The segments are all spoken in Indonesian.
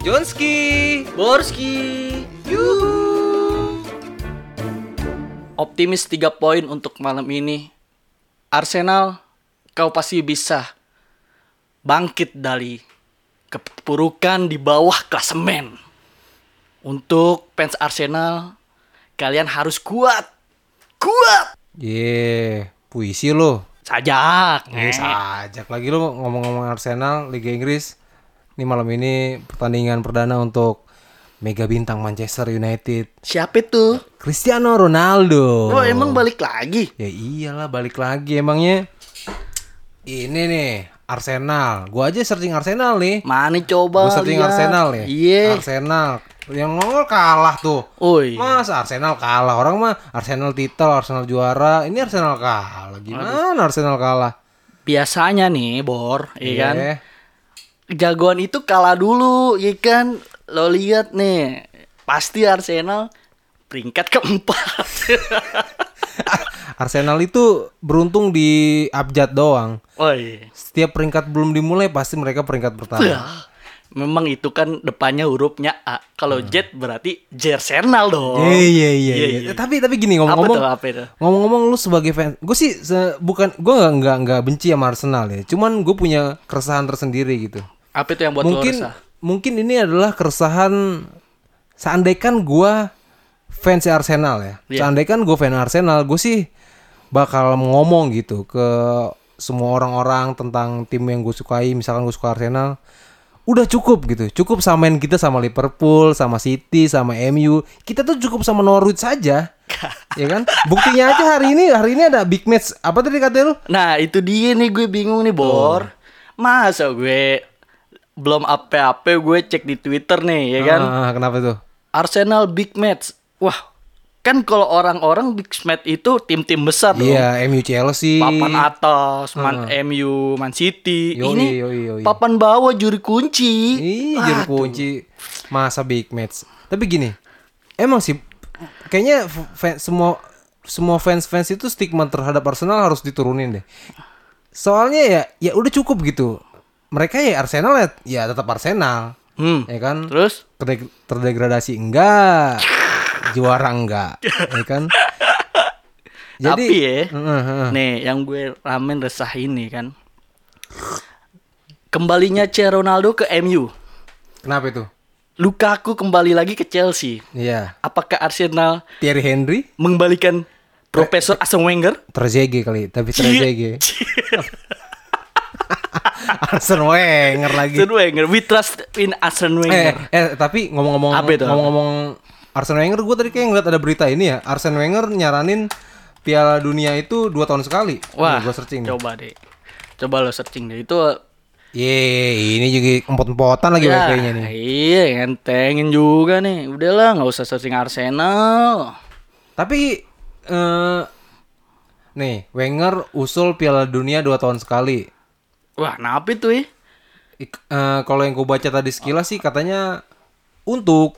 Jonski, Borski, yuhu. Optimis 3 poin untuk malam ini. Arsenal, kau pasti bisa bangkit dari keterpurukan di bawah klasemen. Untuk fans Arsenal, kalian harus kuat. Kuat. puisi lo. Sajak. Sajak lagi lo ngomong-ngomong Arsenal, Liga Inggris. Ini malam ini pertandingan perdana untuk mega bintang Manchester United. Siapa itu? Cristiano Ronaldo. Oh, emang balik lagi? Ya iyalah balik lagi emangnya. Ini nih Arsenal. Gua aja searching Arsenal nih. Mana coba Gua searching lihat. Arsenal nih. Iya. Arsenal. Yang nongol kalah tuh. Oi. Masa Arsenal kalah? Orang mah Arsenal titel, Arsenal juara. Ini Arsenal kalah. Gimana Arsenal kalah? Biasanya nih, Bor, iya kan? Iya. Jagoan itu kalah dulu, ya kan? Lo lihat nih, pasti Arsenal peringkat keempat. Arsenal itu beruntung di abjad doang. Oi. Setiap peringkat belum dimulai pasti mereka peringkat pertama. Memang itu kan depannya hurufnya A. Kalau Z berarti Jersenal dong. Iya. Tapi gini ngomong-ngomong. Apa itu? Ngomong-ngomong lu sebagai fans, gue sih gue nggak benci sama Arsenal ya. Cuman gue punya keresahan tersendiri gitu. Apa itu yang buat lo resah? Mungkin ini adalah keresahan. Seandainya gue fans Arsenal ya. Iya. Seandainya gue fans Arsenal, gue sih bakal ngomong gitu ke semua orang-orang tentang tim yang gue sukai. Misalkan gue suka Arsenal, udah cukup gitu. Cukup samain kita sama Liverpool, sama City, sama MU. Kita tuh cukup sama Norwich saja. Ya kan? Buktinya aja hari ini ada big match. Apa tadi kata lu? Nah, itu dia nih, gue bingung nih, Bor. Masa gue belum apa-apa gue cek di Twitter nih, ya kan? Kenapa tuh? Arsenal big match. Wah, kan kalau orang-orang big match itu tim-tim besar dong. Iya, MU Chelsea. Papan atas, MU, Man City. Yoi. Papan bawah juri kunci. Juru kunci. Masa big match. Tapi gini, emang sih kayaknya semua fans itu stigma terhadap Arsenal harus diturunin deh. Soalnya ya udah cukup gitu. Mereka ya Arsenal ya tetap Arsenal. Ya kan? Terus? Terdegradasi enggak. Juara enggak. Ya kan? Jadi, tapi ya, nih yang gue ramen resah ini kan. Kembalinya Ronaldo ke MU. Kenapa itu? Lukaku kembali lagi ke Chelsea. Iya. Apakah Arsenal Thierry Henry mengembalikan Profesor Arsene Wenger? Trezeguet kali, tapi Trezeguet. Arsene Wenger lagi. Arsene Wenger, we trust in Arsene Wenger. Tapi ngomong-ngomong Arsene Wenger, gue tadi kayak ngeliat ada berita ini ya. Arsene Wenger nyaranin Piala Dunia itu 2 tahun sekali. Wah, gue searching. Coba lo searching deh. Itu ini juga empot-empotan lagi kayaknya nih. Iya, ngentengin juga nih. Udahlah, nggak usah searching Arsenal. Tapi nih, Wenger usul Piala Dunia 2 tahun sekali. Wah, kenapa itu ya? Kalau yang gue baca tadi sekilas sih katanya untuk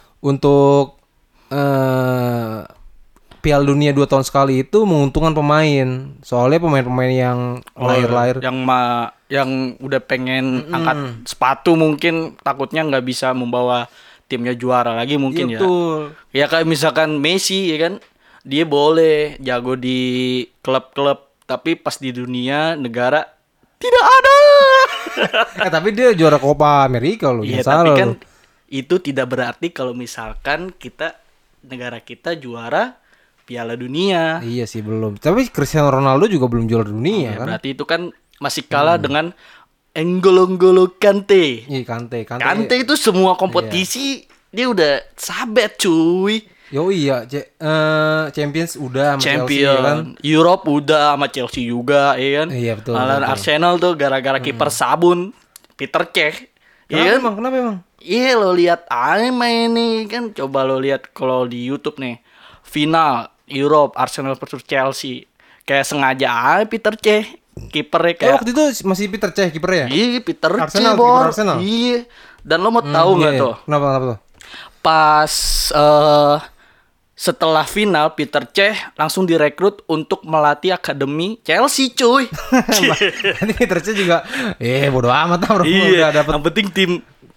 Piala Dunia 2 tahun sekali itu menguntungkan pemain. Soalnya pemain-pemain yang lahir-lahir yang udah pengen angkat sepatu mungkin takutnya nggak bisa membawa timnya juara lagi mungkin ya. Betul. Ya kayak misalkan Messi ya kan, dia boleh jago di klub-klub tapi pas di dunia negara tidak ada. Tapi dia juara Copa America loh. Iya, tapi kan itu tidak berarti kalau misalkan negara kita juara Piala Dunia. Iya sih belum. Tapi Cristiano Ronaldo juga belum juara dunia kan. Berarti itu kan masih kalah dengan N'Golo Kante. Iya, Kante itu semua kompetisi dia udah sabet cuy. Yo iya, Champions udah sama Chelsea ya kan. Europe udah sama Chelsea juga, ya kan. Iya betul. Arsenal tuh gara-gara kiper sabun Peter Cech. Kenapa emang? Iya, lo lihat main nih kan, coba lo lihat kalau di YouTube nih. Final Europe Arsenal versus Chelsea. Kayak sengaja Peter Cech kipernya kayak. Waktu itu masih Peter Cech kipernya ya? Iya, Peter Cech. Arsenal. Iya. Dan lo mau tahu nggak tuh? Kenapa tuh? Pas setelah final Peter Cech langsung direkrut untuk melatih akademi Chelsea cuy. Nanti Peter Cech juga bodo amat lah bro. Iya, udah dapet. yang penting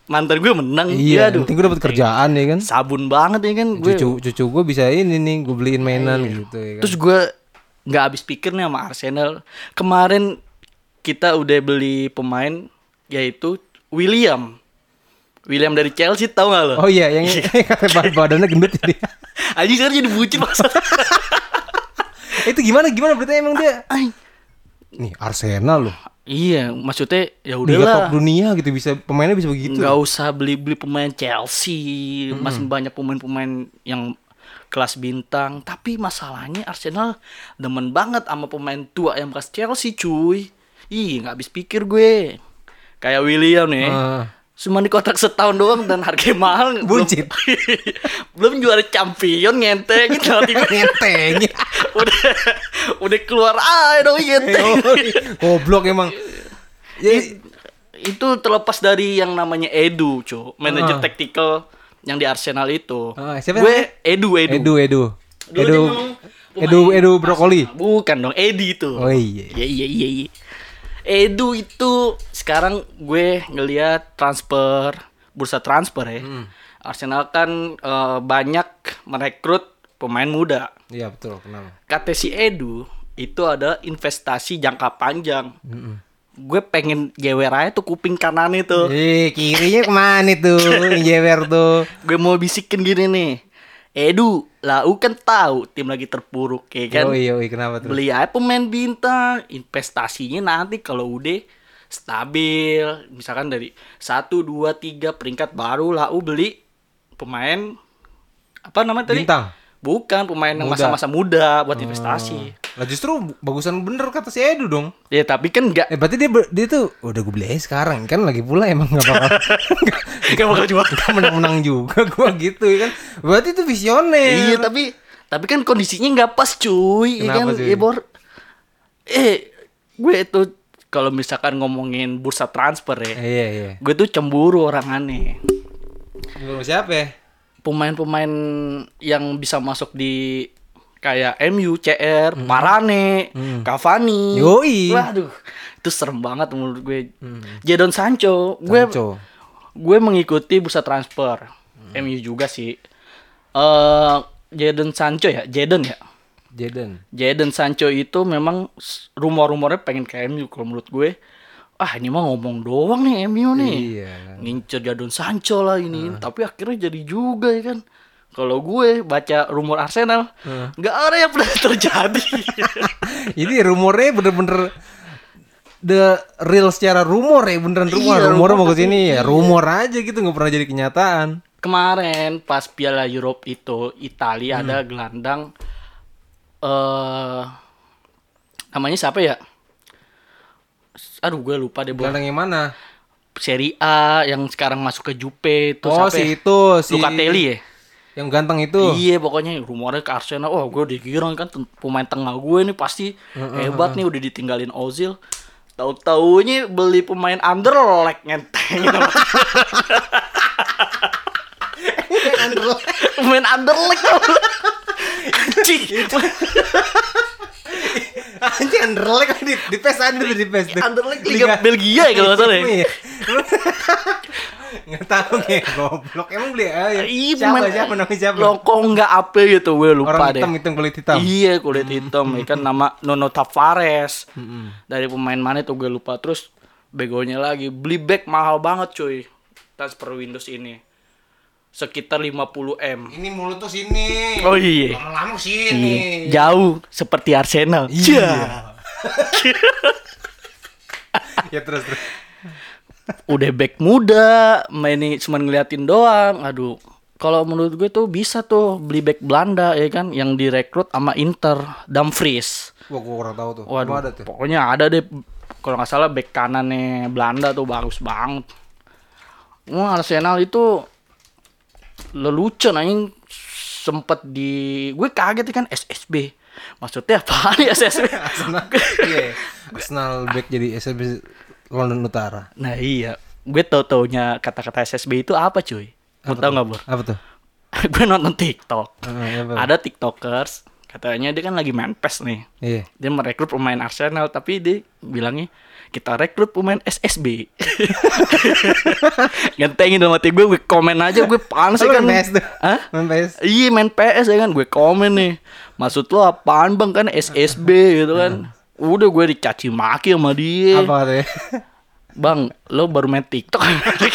mantan gue menang. Iya, Aduh, penting gue dapet kerjaan ya kan. sabun banget ya kan gue. Cucu gue bisa ini nih, gue beliin mainan Iya. gitu ya kan. Terus gue nggak habis pikir nih sama Arsenal. Kemarin kita udah beli pemain yaitu William dari Chelsea, tahu gak lo? Oh iya, yang kata badannya gendut jadi. Anjing sekarang jadi bucin maksudnya. Itu gimana beritanya emang dia? Nih Arsenal loh. Iya, maksudnya ya Liga udahlah. top dunia gitu, bisa pemainnya bisa begitu. Nggak usah beli pemain Chelsea, masih banyak pemain-pemain yang kelas bintang. Tapi masalahnya Arsenal demen banget sama pemain tua yang bekas Chelsea, cuy. Ih, nggak habis pikir gue. Kayak William nih. Cuma dikontrak setahun doang dan harganya mahal. Buncit. Belum juara champion ngenteng gitu. Ngenteng. udah keluar aja dong ngenteng. Goblok emang. Ya, Itu terlepas dari yang namanya Edu, cu, manajer tactical yang di Arsenal itu. Siapa Gue namanya? Edu. Edu brokoli. Bukan dong, Edi itu. Oh iya. Iya. Edu itu sekarang gue ngelihat bursa transfer ya. Arsenal kan banyak merekrut pemain muda. Iya betul, kenapa? Kata si Edu itu adalah investasi jangka panjang. Gue pengen jewer aja tuh kuping kanan itu. Kirinya kemana tuh? Jewer tuh. Gue mau bisikin gini nih. Edu, lau kan tahu tim lagi terpuruk ya kan. Oh iya, kenapa tuh? Beli aja pemain bintang, investasinya nanti kalau udah stabil, misalkan dari 1 2 3 peringkat baru lau beli pemain apa namanya tadi? Bintang. Bukan, pemain yang Muda. masa-masa muda buat investasi. Lah justru bagusan bener kata si Edu dong. Ya tapi kan enggak Berarti dia tuh udah gue beli aja sekarang kan, lagi pula emang nggak bakal enggak bakal jual. nggak menang juga gua gitu ya kan. Berarti itu visioner. Iya, tapi kan kondisinya nggak pas, cuy. Iya Kenapa, kan, cuy? ya Bor. Gue itu kalau misalkan ngomongin bursa transfer ya, Iya. gue tuh cemburu orang aneh. Belum siapa ya? Pemain-pemain yang bisa masuk di kayak MU, CR, Varane, Cavani. Yoi. Waduh, itu serem banget menurut gue. Jadon Sancho, gue mengikuti bursa transfer. MU juga sih. Jadon Sancho ya, Jadon Sancho itu memang rumor-rumornya pengen ke MU kalau menurut gue. Ini mah ngomong doang nih MU nih. Iya. Ngincer Jadon Sancho lah ini. Tapi akhirnya jadi juga ya kan. Kalau gue baca rumor Arsenal, nggak ada yang pernah terjadi. Jadi rumornya bener-bener the real secara rumor ya, beneran rumor. Iya, Rumornya mau rumor ke sini tapi ya, rumor aja gitu, nggak pernah jadi kenyataan. Kemarin pas Piala Europe itu Italia ada gelandang namanya siapa ya? Aduh, gue lupa deh. Gelandang yang mana? Serie A yang sekarang masuk ke Juve itu Oh siapa ya? si Locatelli ya? yang ganteng itu. Iya, pokoknya rumornya ke Arsenal. Oh, gue dikira kan pemain tengah gue nih pasti hebat nih, udah ditinggalin Ozil. Tahu-taunya beli pemain Anderlecht ngenteng. Pemain Anderlecht. Anjing. Anjing Anderlecht di PES ada tuh, di PES tuh. Anderlecht Liga Belgia ya kalau nggak salah ya. Nggak tahu nih, goblok. Emang beli aja. Iya, Siapa namanya siapa? Lo kok nggak apa gitu, gue lupa Orang deh. hitam kulit hitam. Iya, kulit hitam. Ya kan nama Nuno Tavares. Dari pemain mana tuh gue lupa. Terus begonya lagi beli back mahal banget, cuy. Transfer Windows ini. Sekitar 50M. Ini mulut tuh sini. Oh iya. Lama-lama sini. Jauh seperti Arsenal. Iya. Ya terus. Udah back muda, mainnya cuma ngeliatin doang. Aduh, kalau menurut gue tuh bisa tuh beli back Belanda ya kan, yang direkrut sama Inter, Dumfries. Wah, gue kurang tahu tuh. Waduh, Ada tuh. pokoknya ada deh. Kalau nggak salah back kanannya Belanda tuh bagus banget. Wah, Arsenal itu lelucon anjing, sempet gue kaget kan SSB. Maksudnya apaan ya SSB? Arsenal. Iya. Arsenal back jadi SSB London Utara. Nah iya, gue tau-taunya kata-kata SSB itu apa cuy? Mau tau nggak, Bor? Apa tuh? Gue nonton TikTok. Apa? Ada TikTokers Katanya dia kan lagi main PES nih. Iya. Dia merekrut pemain Arsenal, tapi dia bilangnya kita rekrut pemain SSB. Gantengin dalam hati gue komen aja, gue panas Lu kan. main PS tuh? Hah? Main PS? Iya main PS ya kan, gue komen nih. Maksud lo apaan bang, kan SSB gitu kan. Udah gue dicaci maki sama dia. Apa katanya? Bang, lo baru main TikTok.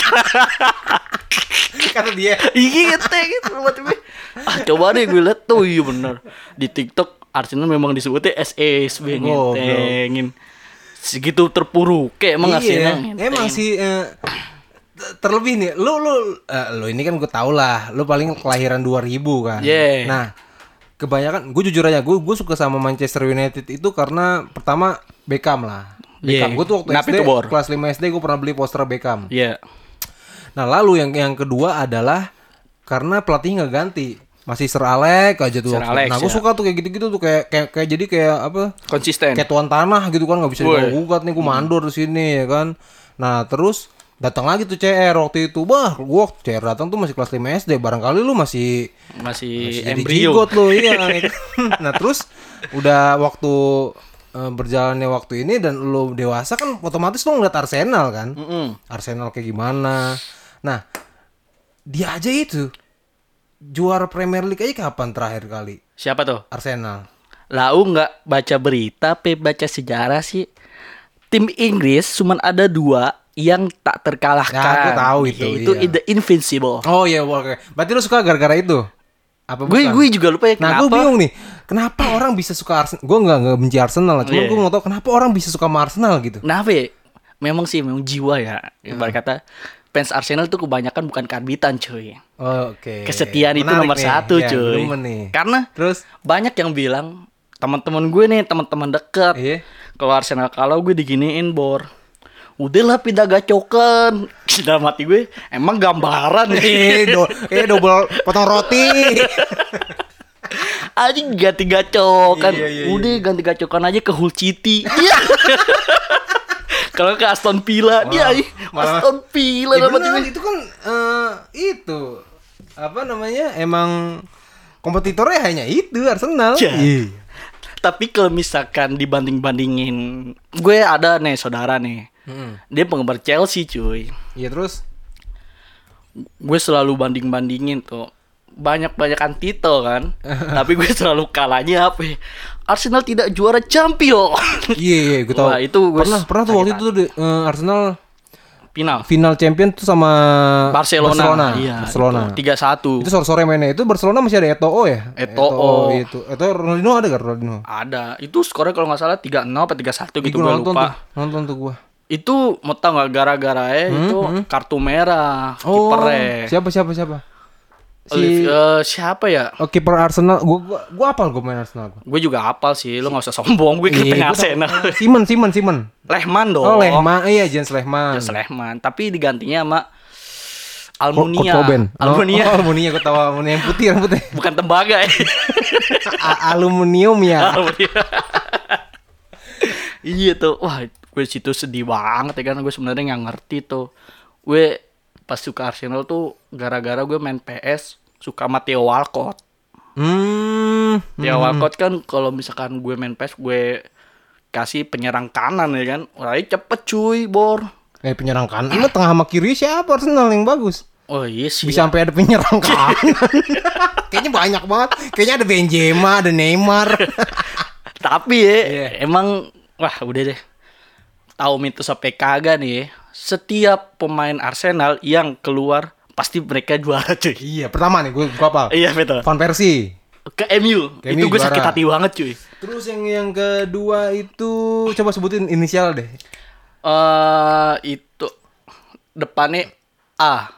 Kata dia. Iya gitu buat gue. Coba deh gue liat tuh, iya bener. Di TikTok Arsenal memang disebutnya SSB, ngentengin. Segitu terpuruk kayak emang Arsenal. Emang sih terlebih nih, lu ini kan gue tau lah, lu paling kelahiran 2000 kan. Yeah. Nah, kebanyakan gue jujur aja, gue suka sama Manchester United itu karena pertama Beckham lah. Beckham, gue tuh waktu Kenapa SD, itu, Bor? kelas 5 SD gue pernah beli poster Beckham. Iya. Nah, lalu yang kedua adalah karena pelatih nggak ganti. Masih Sir Alex aja tuh. Sir Alex, nah, gue suka tuh kayak gitu-gitu tuh kayak jadi kayak apa? Konsisten. Kayak tuan tanah gitu kan, nggak bisa digugat nih, gue mandor di sini ya kan. Nah, terus datang lagi tuh CR waktu itu. Bah, gue CR datang tuh masih kelas 5 SD. Barangkali lu masih jadi embrio. jigot lu iya. Nah, terus udah waktu berjalannya waktu ini dan lu dewasa kan otomatis lu ngeliat Arsenal kan. Arsenal kayak gimana. Nah, dia aja itu juara Premier League aja kapan terakhir kali? Siapa tuh? Arsenal. Lau nggak baca berita, baca sejarah sih. Tim Inggris cuma ada 2 yang tak terkalahkan. Ya, aku tahu itu. Yaitu iya. The Invincible. Oh iya, oke. Berarti lu suka gara-gara itu? Apa bukan? Gue juga lupa ya Nah, kenapa. gue bingung nih. Kenapa orang bisa suka Arsenal? Gue nggak benci Arsenal, cuman gue mau tahu kenapa orang bisa suka sama Arsenal gitu. Kenapa ya? Memang sih, memang jiwa ya. Ibarat kata fans Arsenal tuh kebanyakan bukan karbitan cuy. Oke. Kesetiaan itu Menarik nomor nih. 1 Ya, cuy. demen nih. Karena Terus? banyak yang bilang, teman-teman gue nih, teman-teman dekat. Iya. Kalau Arsenal kalau gue diginiin, Bor. Udahlah pindah gacokan. Dalam hati gue, emang gambaran nih. Double potong roti. Anjing ganti gacokan. Iya. Udah ganti gacokan aja ke Hull City. Iya. Kalau ke Aston Villa, dia malah- Aston Villa Ya dapat benar, ini. itu kan itu apa namanya? Emang kompetitornya hanya itu Arsenal. Ya. Iya. Tapi kalau misalkan dibanding-bandingin, gue ada nih saudara nih. Dia penggemar Chelsea, cuy. Iya, terus Gue selalu banding-bandingin tuh. Banyak-banyakan titel kan. Tapi gue selalu kalahnya apa ya? Arsenal tidak juara champion. iya, gue tahu. Wah, itu gue pernah tuh waktu itu tuh Arsenal final champion tuh sama Barcelona. Iya, Barcelona. 3-1. Itu sore-sore mainnya. Itu Barcelona masih ada Eto'o ya? Eto'o. Itu. Ronaldinho ada gak Ronaldinho? Ada. Itu skornya kalau nggak salah 3-0 apa 3-1 gitu, gue lupa. Nonton tuh gua. Itu mau tau nggak gara-gara itu kartu merah kipernya. Siapa? Siapa ya? Oh, kiper Arsenal. Gua apal gua main Arsenal. Gue juga hafal sih, lo nggak usah sombong, gue Iya, ketengah gua tahu. Arsenal. Simon. Lehman dong. Oh, Lehman. Iya, Jens Lehman. Jens Lehman, tapi digantinya sama Almunia. Kurt Cobain. Almunia. Almunia, gua tahu Almunia yang putih rambutnya. Bukan tembaga ya. Aluminium ya. Almunia. Iya tuh, wah gue situ sedih banget ya kan, gue sebenarnya nggak ngerti tuh. Gue pas suka Arsenal tuh gara-gara gue main PS suka sama Theo Walcott. Theo Walcott kan kalau misalkan gue main PS gue kasih penyerang kanan ya kan, orangnya cepet cuy, Bor. Penyerang kanan. Lu tengah sama kiri siapa Arsenal yang bagus? Oh iya sih. Bisa sampai ada penyerang kanan. Kayaknya banyak banget. Kayaknya ada Benzema, ada Neymar. Tapi ya emang wah udah deh. Tahu mitos apa kagak nih ya? Setiap pemain Arsenal yang keluar pasti mereka juara cuy. Iya, pertama nih gua apa? Iya betul. Van Persie. Ke MU. Ke Itu MU gue sakit juara. hati banget cuy. Terus yang kedua itu coba sebutin inisial deh. Itu depannya A.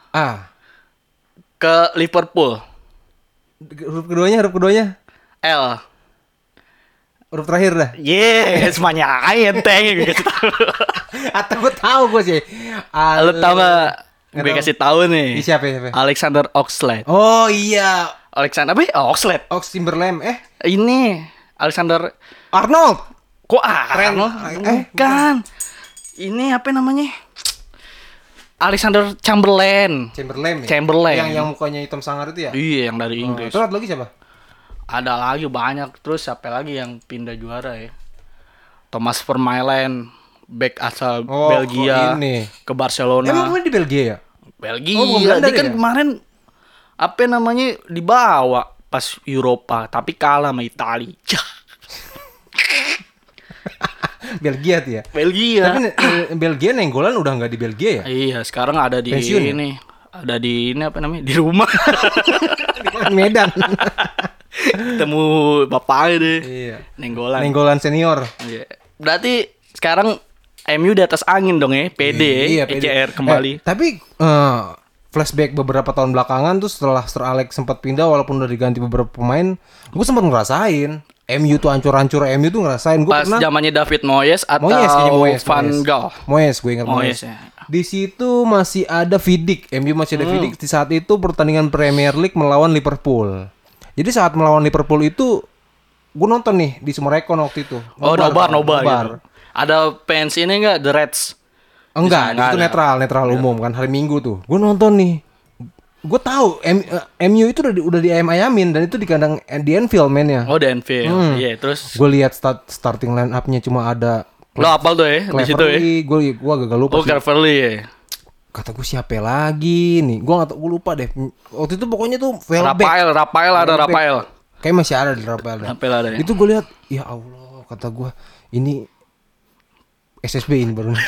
A. Ke Liverpool. Huruf keduanya L. huruf terakhir dah. Semuanya enteng gue kasih tahu. Atau gue tahu gue sih. Lo tau gak? Gue kasih tahu nih. Siapa? Alexander Oxlade. Oh iya. Alexander apa? Oxlade. Ox Timberland. Ini Alexander Arnold. kok Keren. Bukan. Ini apa namanya? Alexander Chamberlain. Chamberlain. Ya? Chamberlain. Yang mukanya hitam sangar itu ya? Iya, yang dari Inggris. Terus ada lagi siapa? Ada lagi banyak. Terus siapa lagi yang pindah juara ya? Thomas Vermaelen, back asal Belgia ini. ke Barcelona. Emang main di Belgia ya? Belgia. bukan Dia Belanda kan ya? kemarin apa namanya dibawa pas Eropa tapi kalah sama Italia. Belgia tuh ya. Belgia. Tapi Belgia nenggolan udah nggak di Belgia ya? Iya, sekarang ada di Pensiun ya? ini. Ada di ini apa namanya? Di rumah. Di Medan. Ketemu bapaknya deh. Iya. Nenggolan. Nenggolan senior. Iya. Berarti sekarang MU di atas angin dong ya, PD, Iya, PD. ECR kembali. Tapi flashback beberapa tahun belakangan tuh setelah Sir Alex sempat pindah walaupun udah diganti beberapa pemain, gue sempat ngerasain MU tuh hancur-hancur, MU tuh ngerasain. Gue Pas pernah zamannya David Moyes atau Moyes, Van Gaal. Moyes, gue ingat Moyes Moyes. ya. Di situ masih ada Vidic, MU masih ada Vidic di saat itu pertandingan Premier League melawan Liverpool. Jadi saat melawan Liverpool itu gue nonton nih di Summarecon waktu itu. Oh, nobar. Gitu. Ada fans ini enggak The Reds? Enggak, Bisa, itu nggak netral umum kan hari Minggu tuh. Gue nonton nih. Gue tahu MU itu udah di ayam-ayamin dan itu di kandang di Anfield mainnya. Oh, The Anfield. Iya, terus Gue lihat starting line up-nya cuma ada lo apal tuh ya di situ ya. Gue agak lupa Oh, sih. Cleverly ya. Kata gue siapa lagi nih? Gue lupa deh. Waktu itu pokoknya tuh Welbeck. Rafael ada Welbeck. Rafael. Kayak masih ada di Rafael. Rafael ada ya. Itu gue lihat, ya Allah, kata gue ini SSB ini baru.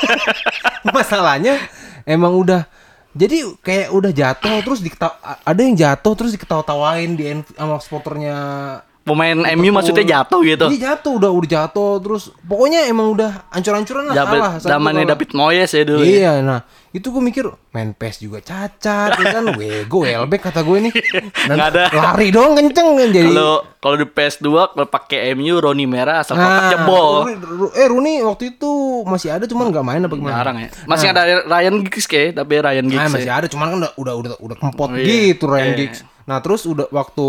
Masalahnya emang udah jadi kayak udah jatuh terus ada yang jatuh terus diketawa-tawain sama supporternya. Pemain MU maksudnya jatuh gitu. Iya jatuh, udah jatuh terus pokoknya emang udah ancur-ancuran lah kalah. Zamannya David Moyes ya dulu. Iya, nah itu gue mikir main PES juga cacat, ya kan? Wego Welbeck kata gue nih. Dan Nggak ada. lari doang kenceng kan jadi. Kalau di PS2 kalau pakai MU Roni merah asal kotak jebol. Rooney waktu itu masih ada cuman nggak main apa gimana? Jarang ya. Masih ada Ryan Giggs kayak, tapi Ryan Giggs. Nah, masih ya. ada cuman kan udah kempot Oh, iya. gitu Ryan Iya. Giggs. Nah, terus udah waktu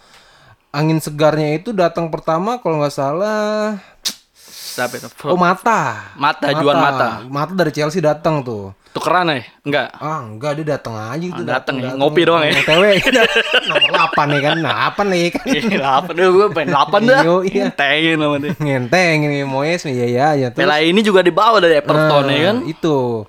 angin segarnya itu datang pertama kalau nggak salah Siapa itu? Mata. Juan Mata. Mata dari Chelsea datang tuh. Tukeran ya? Enggak. Enggak dia datang aja gitu. Datang ya. Ngopi doang ya. OTW nomor 8 nih kan. Nah, 8 nih kan. Iya, 8 deh gue pengen 8 dah. Iya. Ngentengin sama dia. Ngenteng ini Moyes iya ya. Pela ini juga dibawa dari Everton ya kan? Itu.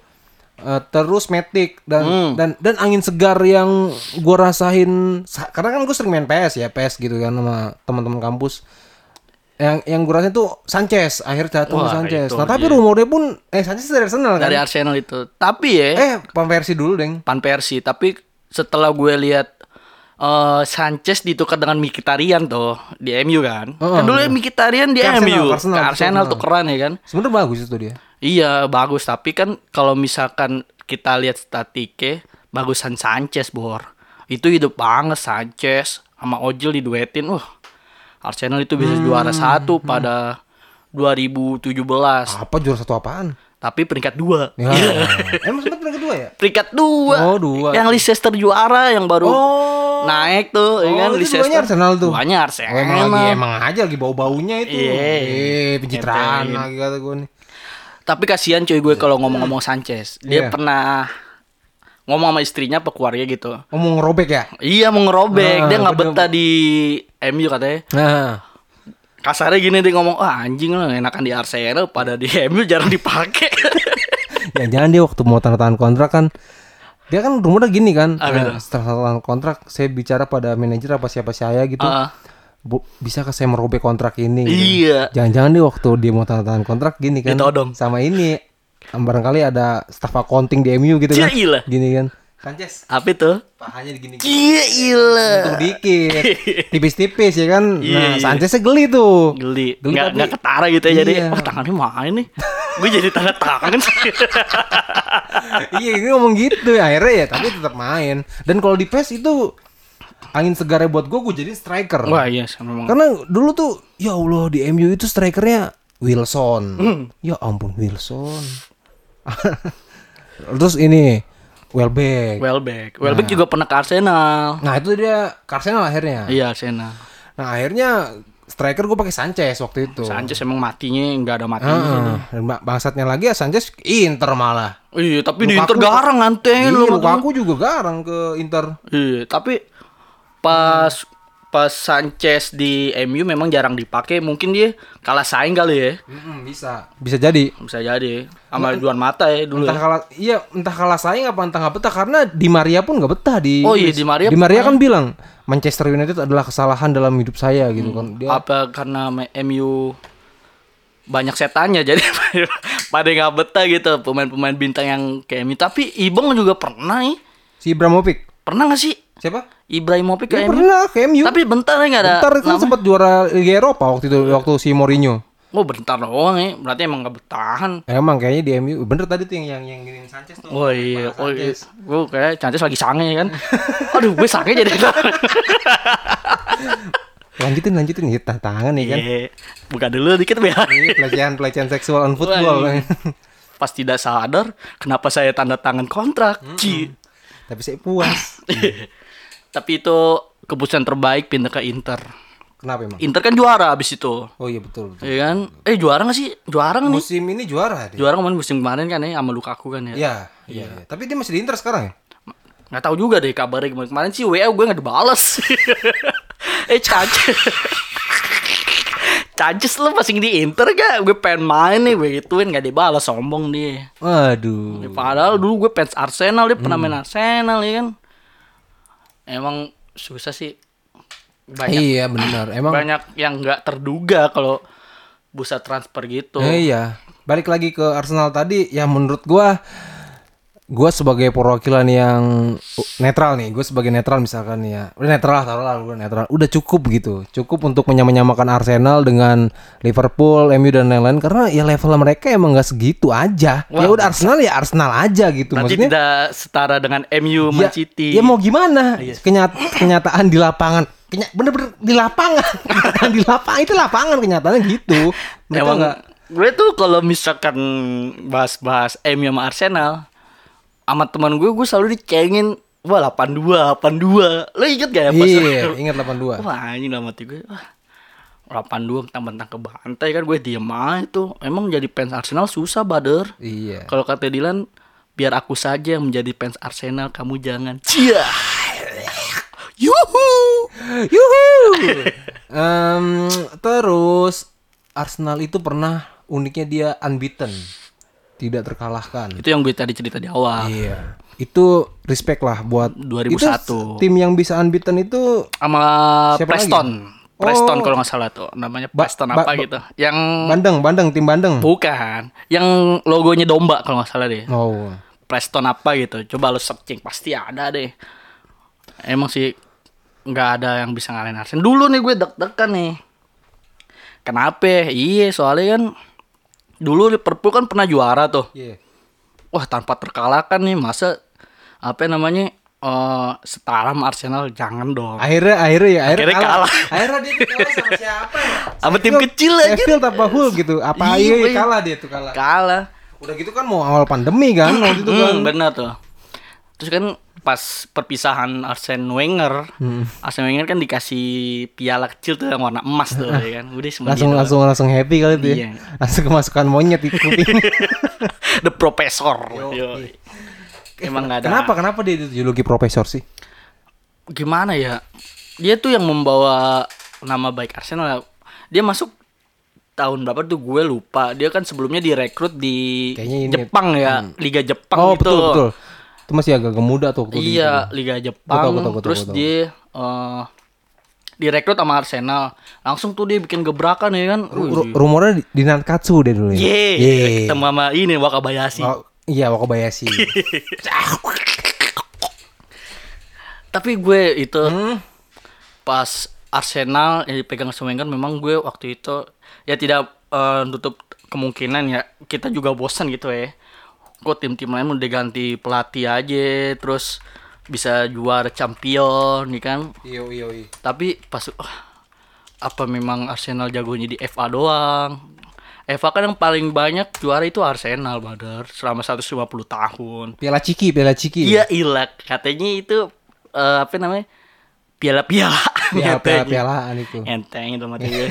Terus Matic dan angin segar yang gue rasain karena kan gue sering main PS gitu kan sama teman-teman kampus. Yang gue rasain tuh Sanchez akhirnya datang Wah, Sanchez. itu Nah tapi dia. rumornya pun Sanchez dari Arsenal kan. Dari Arsenal itu. Tapi ya Pan versi dulu deng. Van Persie, tapi setelah gue lihat Sanchez ditukar dengan Mkhitaryan tuh di MU kan. Kan dulu Mkhitaryan di Ke MU. Arsenal, Ke Arsenal tuh keren ya kan. Sebenarnya bagus itu dia. Iya bagus, tapi kan kalau misalkan kita lihat statiknya bagusan Sanchez Bor. Itu hidup banget Sanchez sama Ozil diduetin. Arsenal itu bisa juara 1 pada 2017. Apa juara satu apaan? Tapi peringkat 2. Ya. Emang sempat peringkat kedua ya? Peringkat 2. Oh, 2. Yang Leicester juara yang baru naik tuh, ya kan itu Leicester. duanya Arsenal tuh. Duanya Arsenal. Emang aja lagi bau-baunya itu. Pencitraan lagi kata gue nih. Tapi kasihan cuy gue kalau ngomong-ngomong Sanchez. Dia Iya. pernah ngomong sama istrinya apa keluarga gitu. Ngomong ngerobek ya? Iya mau ngerobek. Dia nggak bener. betah di MU katanya. Nah. Kasarnya gini dia ngomong, anjing lah enakan di Arsenal pada di MU jarang dipakai. Ya jangan dia waktu mau tanda tangan kontrak kan. Dia kan rumornya gini kan. Apa itu? Setelah tanda tangan kontrak saya bicara pada manajer apa siapa saya gitu. Bisakah saya merobek kontrak ini? Gitu. Iya. Jangan-jangan dia waktu dia mau tanda tangan kontrak gini kan. Ditodong. Sama ini barangkali ada staf accounting di MU gitu kan. Gila. Gini kan. Sanchez, Apa itu? pahanya digini. Gila. Untung dikit. Tipis-tipis ya kan. Iya, Nah, Sancheznya geli tuh. Geli. tapi- Nggak ketara gitu ya. Jadi, Iya. tangannya main nih. Gue jadi tanda tangan sih. Iya, ini ngomong gitu akhirnya ya, tapi tetap main. Dan kalau di PES itu angin segarnya buat gue jadi striker. Wah iya memang. Karena dulu tuh ya Allah di MU itu strikernya Wilson. Ya ampun Wilson. Terus ini Welbeck. Welbeck juga pernah ke Arsenal. Nah, itu dia ke Arsenal akhirnya. Iya Arsenal. Nah, akhirnya striker gue pakai Sanchez waktu itu. Sanchez emang matinya nggak ada matinya. Dan bangsatnya lagi ya Sanchez Inter malah. Iya, tapi di Lukaku- Inter garang ngantengin Iya, lu. Lukaku juga garang ke Inter. Iya, tapi pas pas Sanchez di MU memang jarang dipakai, mungkin dia kalah saing kali ya. Bisa jadi. Bisa jadi sama Juan Mata ya dulu. Entah kalah saing apa entah nggak betah karena Di Maria pun nggak betah di. Oh iya, Di Maria. Di Maria kan bilang Manchester United adalah kesalahan dalam hidup saya gitu kan. Dia Apa karena MU banyak setannya jadi pada nggak betah gitu pemain-pemain bintang yang kayak MU. Tapi Ibong juga pernah nih. si Ibrahimovic. Pernah nggak sih? Siapa? Ibrahimovic Dia ke MU. pernah ke MU. Tapi bentar ya nggak ada. Bentar kan sempat juara Liga Eropa waktu itu waktu si Mourinho. Oh bentar doang ya. Berarti emang nggak bertahan. Emang kayaknya di MU bener tadi tuh yang giniin Sanchez tuh. Oh iya. Gue kayak Sanchez lagi sange kan. Aduh gue sange jadi. Lanjutin ya tangan nih kan. Iya. Buka dulu dikit ya. Ini pelecehan seksual on football. Pas tidak sadar kenapa saya tanda tangan kontrak. Tapi saya puas. Tapi itu keputusan terbaik pindah ke Inter. Kenapa emang? Inter kan juara abis itu. Oh iya betul. Iya kan? Juara gak sih? Juara gak nih? Musim ini juara dia. Juara kemarin musim kemarin kan ya sama Lukaku kan ya. Iya. Tapi dia masih di Inter sekarang ya? Nggak tahu juga deh kabarnya kemarin sih WA gue nggak dibales. Cances lu masih di Inter gak? Gue pengen main nih, gue gituin gak dibalas, sombong dia. Waduh. Padahal dulu gue fans Arsenal, dia pernah main Arsenal ya kan. Emang susah sih. Iya benar. Emang banyak yang nggak terduga kalau bursa transfer gitu. Iya. Balik lagi ke Arsenal tadi, ya menurut gua sebagai perwakilan yang netral nih, gue sebagai netral misalkan ya, udah netral taruhlah, udah netral, udah cukup gitu, cukup untuk menyamakan Arsenal dengan Liverpool, MU dan lain-lain karena ya level mereka emang nggak segitu aja. Wah, ya udah Arsenal ya Arsenal aja gitu. Nanti maksudnya tidak setara dengan MU, Man City. Ya mau gimana? Kenyataan di lapangan, bener-bener di lapangan, di lapangan itu lapangan kenyataannya gitu. Mereka nggak. Gue tuh kalau misalkan bahas MU sama Arsenal sama teman gue selalu dicengin, wah 82. Lo inget gak ya pas? Iya, ingat 82. Wah ini dalam hati gue, 82 mentang-mentang kebantai kan, gue diem aja tuh. Emang jadi fans Arsenal susah, brother. Iya. Kalau kata Dilan, biar aku saja yang menjadi fans Arsenal, kamu jangan. Cia. Yuhu. Terus Arsenal itu pernah uniknya dia unbeaten. Tidak terkalahkan. Itu yang gue tadi cerita di awal. Iya. Itu respect lah buat 2001. Itu tim yang bisa unbeaten itu sama Preston. Lagi? Preston kalau nggak salah tuh. Namanya Preston gitu. Yang tim Bandeng. Bukan. Yang logonya domba kalau nggak salah deh. Oh. Preston apa gitu. Coba lo searching, pasti ada deh. Emang sih nggak ada yang bisa ngalahin Arsenal. Dulu nih gue deg-degan nih. Kenapa? Iya, soalnya kan dulu Liverpool kan pernah juara tuh. Yeah. Wah, tanpa terkalahkan nih, masa setara sama Arsenal, jangan dong. Akhirnya kalah. Akhirnya dia kalah sama siapa ya? Sama tim kecil aja. Sheffield apa Hull gitu. Apa kalah dia tuh kalah. Kalah. Udah gitu kan mau awal pandemi kan waktu itu kan. Benar tuh. Terus kan pas perpisahan Arsene Wenger kan dikasih piala kecil tuh yang warna emas tuh ya kan. Udah langsung happy kali tuh. Iya. Langsung kemasukan monyet di kuping. The Professor. Emang enggak ada. Kenapa dia dijuluki profesor sih? Gimana ya? Dia tuh yang membawa nama baik Arsenal. Dia masuk tahun berapa tuh gue lupa. Dia kan sebelumnya direkrut di Jepang ya, Liga Jepang gitu. Oh, betul. Itu masih agak muda tuh waktu itu. Iya, Liga Jepang. Terus dia direkrut sama Arsenal. Langsung tuh dia bikin gebrakan ya kan. Rumornya di Nankatsu deh dulu ya. Ketemu sama ini Wakabayashi. Iya, Wakabayashi. Tapi gue itu pas Arsenal yang dipegang sama Wenger, memang gue waktu itu ya tidak nutup kemungkinan ya kita juga bosan gitu ya. Kok tim-tim lain udah ganti pelatih aja, terus bisa juara champion nih kan. Iya. Tapi pas apa memang Arsenal jagonya di FA doang? FA kan yang paling banyak juara itu Arsenal, brother, selama 150 tahun. Piala Ciki. Iya, ilak. Katanya itu piala-pialaan itu. Enteng itu mati gue.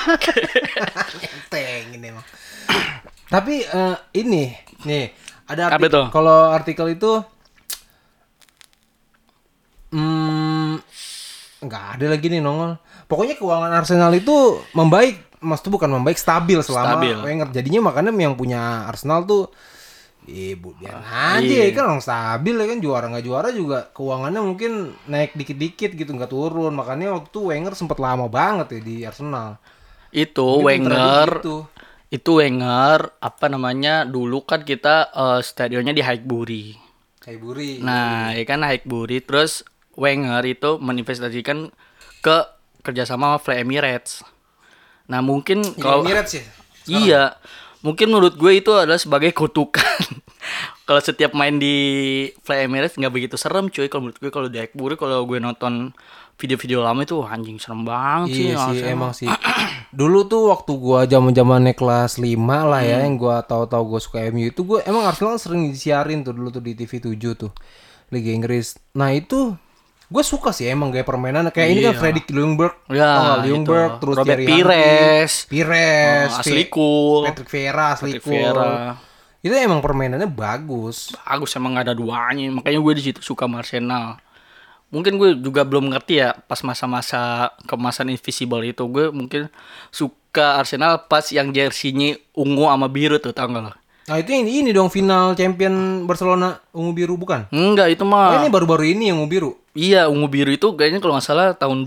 Enteng ini emang. Tapi ini nih ada artikel. Kalau artikel itu nggak ada lagi nih nongol. Pokoknya keuangan Arsenal itu membaik, mas tuh bukan membaik, stabil selama Wenger. Jadinya makanya yang punya Arsenal tuh ibu biar aja kan orang stabil ya kan, juara nggak juara juga keuangannya mungkin naik dikit-dikit gitu, nggak turun. Makanya waktu itu Wenger sempat lama banget ya di Arsenal. Itu Wenger. Itu Wenger apa namanya, dulu kan kita stadionnya di Highbury. Nah, ya kan Highbury, terus Wenger itu menginvestasikan ke kerjasama sama Fly Emirates. Nah, mungkin kalau Emirates ya? Iya. Mungkin menurut gue itu adalah sebagai kutukan. Kalau setiap main di Fly Emirates nggak begitu serem cuy. Kalau menurut gue kalau di Highbury, kalau gue nonton video-video lama itu anjing serem banget sih. Iya sih, emang sih. Dulu tuh waktu gua zaman-zamannya kelas 5 lah ya, yang gua tahu-tahu gua suka MU itu, gua emang Arsenal sering disiarin tuh dulu tuh di TV 7 tuh. Liga Inggris. Nah, itu gue suka sih emang gaya permainan kayak ini kan Freddy Ljungberg, Ljungberg, terus Robert Pires, Ashley Cole, Patrick Vieira, itu emang permainannya bagus emang gak ada duanya. Makanya gue di situ suka Arsenal. Mungkin gue juga belum ngerti ya pas masa-masa kemasan Invisible itu, gue mungkin suka Arsenal pas yang jersinya ungu sama biru tuh, tau gak lo? Nah itu ini dong final champion Barcelona ungu biru bukan? Enggak, itu mah. Ini baru-baru ini yang ungu biru. Iya, ungu biru itu kayaknya kalau nggak salah tahun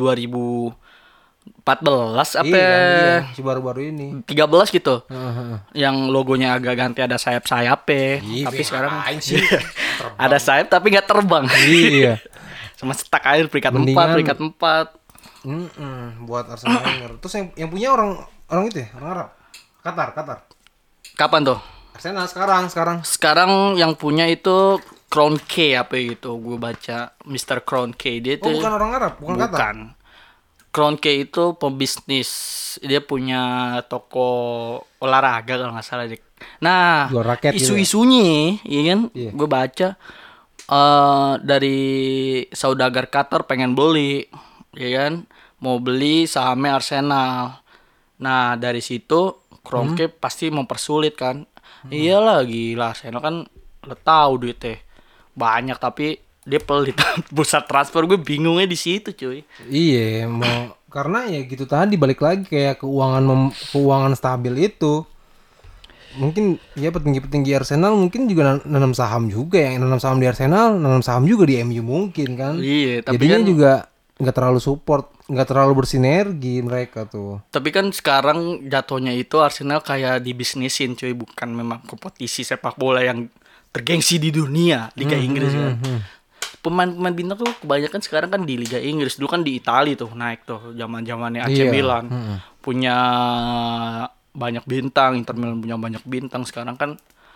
2014 apa? Iya, si baru-baru ini. 13 gitu. Yang logonya agak ganti, ada sayap-sayapnya. Tapi sekarang ada sayap tapi nggak terbang. Iya. Sama setak air peringkat 4. Buat Arsenal. Terus yang punya orang itu ya, orang Arab. Qatar. Kapan tuh? Arsenal sekarang yang punya itu Crown K apa gitu, gue baca Mr. Crown K dia tuh. Bukan orang Arab, bukan Qatar. Crown K itu pembisnis, dia punya toko olahraga kalau nggak salah. Nah, isu-isunya, gitu ya? Iya kan? Yeah. Gue baca dari saudagar Qatar pengen beli, ya kan? Mau beli sahamnya Arsenal. Nah, dari situ Crown K pasti mempersulit kan. Iyalah, gila, Arsenal kan lo tahu duitnya banyak tapi dia pelit pusat transfer. Gue bingungnya di situ cuy. Iya, mau karena ya gitu tadi, balik lagi kayak keuangan stabil itu. Mungkin ya petinggi Arsenal mungkin juga nanam saham juga, yang nanam saham di Arsenal, nanam saham juga di MU mungkin kan. Iya, tapi jadinya kan juga nggak terlalu support, nggak terlalu bersinergi mereka tuh. Tapi kan sekarang jatuhnya itu Arsenal kayak dibisnisin cuy, bukan memang kompetisi sepak bola yang tergengsi di dunia, Liga Inggris kan. Pemain-pemain bintang tuh kebanyakan sekarang kan di Liga Inggris. Dulu kan di Italia tuh naik tuh zaman-zamannya AC Milan. Punya banyak bintang, Inter Milan punya banyak bintang. Sekarang kan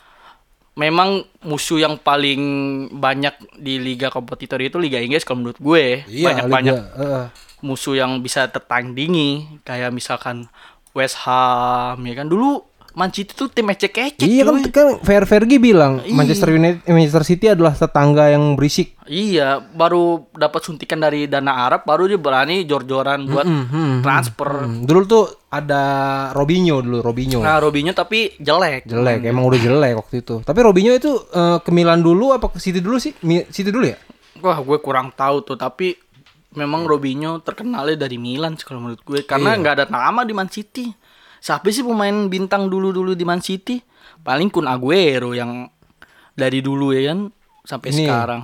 memang musuh yang paling banyak di liga kompetitor itu Liga Inggris kalau menurut gue. Banyak musuh yang bisa tertandingi, kayak misalkan West Ham ya kan. Dulu Man City tuh tim ecek-ecek. Iya kan Fergie bilang Manchester City adalah tetangga yang berisik. Iya, baru dapat suntikan dari dana Arab baru dia berani jor-joran buat transfer. Dulu tuh ada Robinho. Nah, Robinho tapi jelek. Emang udah jelek waktu itu. Tapi Robinho itu ke Milan dulu apa ke City dulu sih? City dulu ya? Wah, gue kurang tahu tuh, tapi memang Robinho terkenalnya dari Milan kalau menurut gue, karena nggak ada nama di Man City. Siapa sih pemain bintang dulu di Man City? Paling Kun Aguero yang dari dulu ya kan sampai sekarang.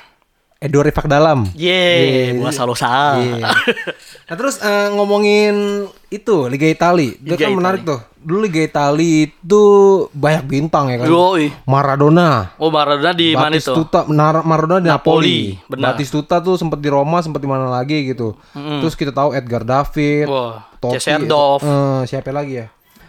Edo Rifak Dalam. Buah Salosa. Nah terus ngomongin itu Liga Italia. Itu kan menarik tuh. Dulu Liga Italia itu banyak bintang ya kan. Maradona. Oh, Maradona di mana itu? Maradona di Napoli. Benar. Batistuta tuh sempat di Roma, sempat di mana lagi gitu. Terus kita tahu Edgar David, Totti, siapa lagi ya?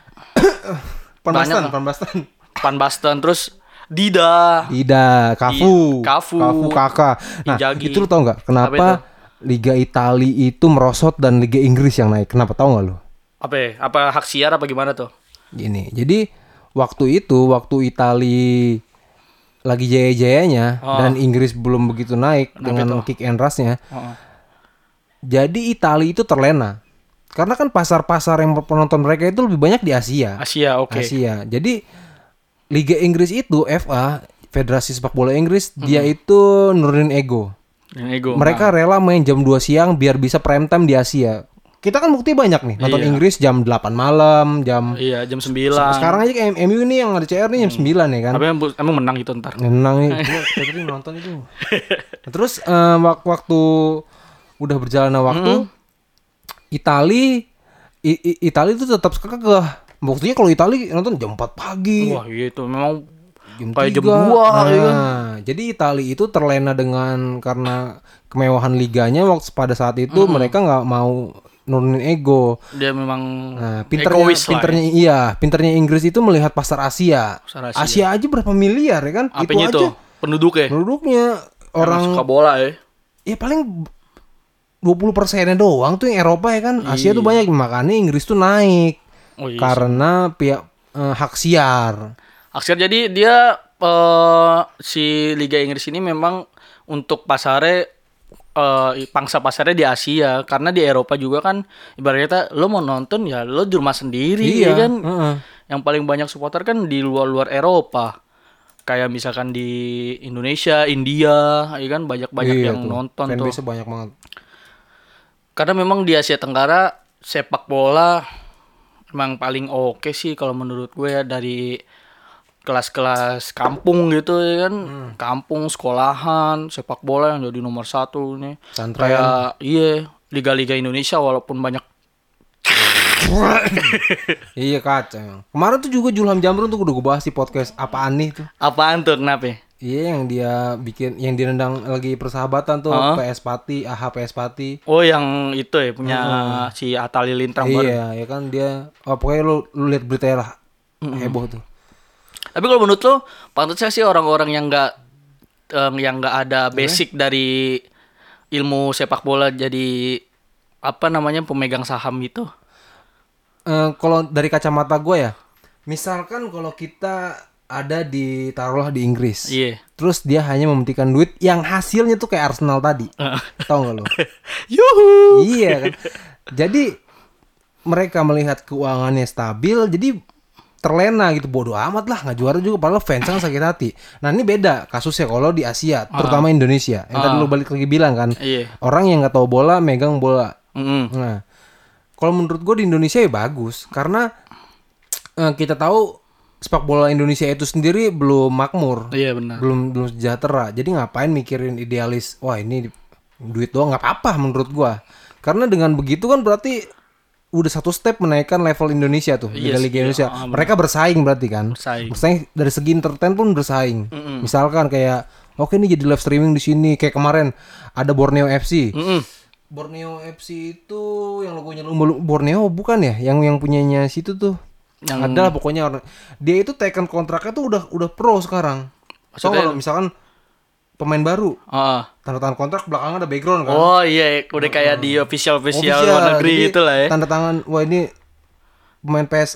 Van Basten, terus Dida, Cafu, Kakak. Nah, itu lu tau nggak kenapa Liga Italia itu merosot dan Liga Inggris yang naik? Kenapa, tahu nggak lu? Apa hak siar apa gimana tuh? Gini, jadi waktu Italia lagi jaya-jayanya dan Inggris belum begitu naik dengan kick and rush-nya. Jadi Italia itu terlena. Karena kan pasar-pasar yang penonton mereka itu lebih banyak di Asia. Asia. Jadi Liga Inggris itu FA, Federasi Sepak Bola Inggris, dia itu nurunin ego. Ego. Mereka rela main jam 2 siang biar bisa prime time di Asia. Kita kan bukti banyak nih nonton Iya. Inggris jam 8 malam, jam Iya, jam 9. sekarang aja kayak MU nih yang ada CR nih jam 9 ya kan. Tapi emang menang gitu ntar. Menang nih. Gua tadi nonton itu. Nah, terus waktu udah berjalannya waktu Itali itu tetap kekeh. Buktinya kalau Itali nonton jam 4 pagi. Wah, iya itu memang Jam kayak jam 3. 2 ya kan. Jadi Itali itu terlena karena kemewahan liganya waktu pada saat itu mereka nggak mau nurunin ego. Dia memang Nah, egois lah. pinternya Inggris itu melihat pasar Asia. Pasar Asia aja berapa miliar ya kan? Apanya itu itu? aja Penduduknya. penduduknya Orang suka orang bola ya. ya paling 20%-nya doang tuh yang Eropa ya kan. Asia tuh banyak, makanya Inggris tuh naik. Oh iya. Karena pihak hak siar. Aksir jadi dia si Liga Inggris ini memang untuk pasarnya pangsa pasarnya di Asia, karena di Eropa juga kan ibaratnya lo mau nonton ya lo di rumah sendiri ya kan. Yang paling banyak supporter kan di luar Eropa. Kayak misalkan di Indonesia, India, ya kan banyak Iya yang tuh. nonton tuh. Fanbase banyak banget. Karena memang di Asia Tenggara sepak bola emang paling oke sih kalau menurut gue ya, dari kelas-kelas kampung gitu ya kan. Kampung, sekolahan, sepak bola yang jadi nomor 1 nih. Pesantren. Kayak iya, liga-liga Indonesia walaupun banyak. Iya kacau. Kemarin tuh juga Julham Jamrun tuh udah gue bahas di podcast apaan nih tuh. Apaan tuh kenapa? Iya yang dia bikin, yang dia nendang lagi persahabatan tuh PS Pati, PS Pati. Oh yang itu ya punya si Atta Halilintar baru. Iya, ya kan dia. Oh, pokoknya lu lihat beritanya lah. Heboh tuh. Tapi kalau menurut lo, pantasnya sih orang-orang yang nggak ada basic dari ilmu sepak bola jadi apa namanya pemegang saham gitu. Kalau dari kacamata gue ya, misalkan kalau kita ada di taruhlah di Inggris, Iya. terus dia hanya mementingkan duit yang hasilnya tuh kayak Arsenal tadi, tahu nggak lo? Yuhu. Iya kan. Jadi mereka melihat keuangannya stabil, jadi terlena gitu, bodoh amat lah nggak juara juga, padahal fans kan sakit hati. Nah ini beda kasusnya kalau di Asia, terutama Indonesia. Yang tadi lo balik lagi bilang kan, Iya. orang yang nggak tahu bola megang bola. Mm-mm. Nah, kalau menurut gue di Indonesia ya bagus, karena kita tahu sepak bola Indonesia itu sendiri belum makmur, Iya benar. belum sejahtera. Jadi ngapain mikirin idealis? Wah ini duit doang, nggak apa-apa menurut gue. Karena dengan begitu kan berarti udah satu step menaikkan level Indonesia tuh, Yes, Liga Indonesia. iya, Mereka bersaing berarti kan. Bersaing. Dari segi entertain pun bersaing. Misalkan kayak oke ini jadi live streaming di sini, kayak kemarin ada Borneo FC. Borneo FC itu yang logonya Borneo bukan ya? Yang punyanya situ tuh. Yang Ada lah pokoknya dia itu taken kontraknya tuh udah pro sekarang. So Maksudnya- kalau misalkan pemain baru tanda tangan kontrak belakangnya ada background kan. Oh iya, udah kayak di official luar negeri Jadi gitu lah ya. Tanda tangan, wah ini pemain PS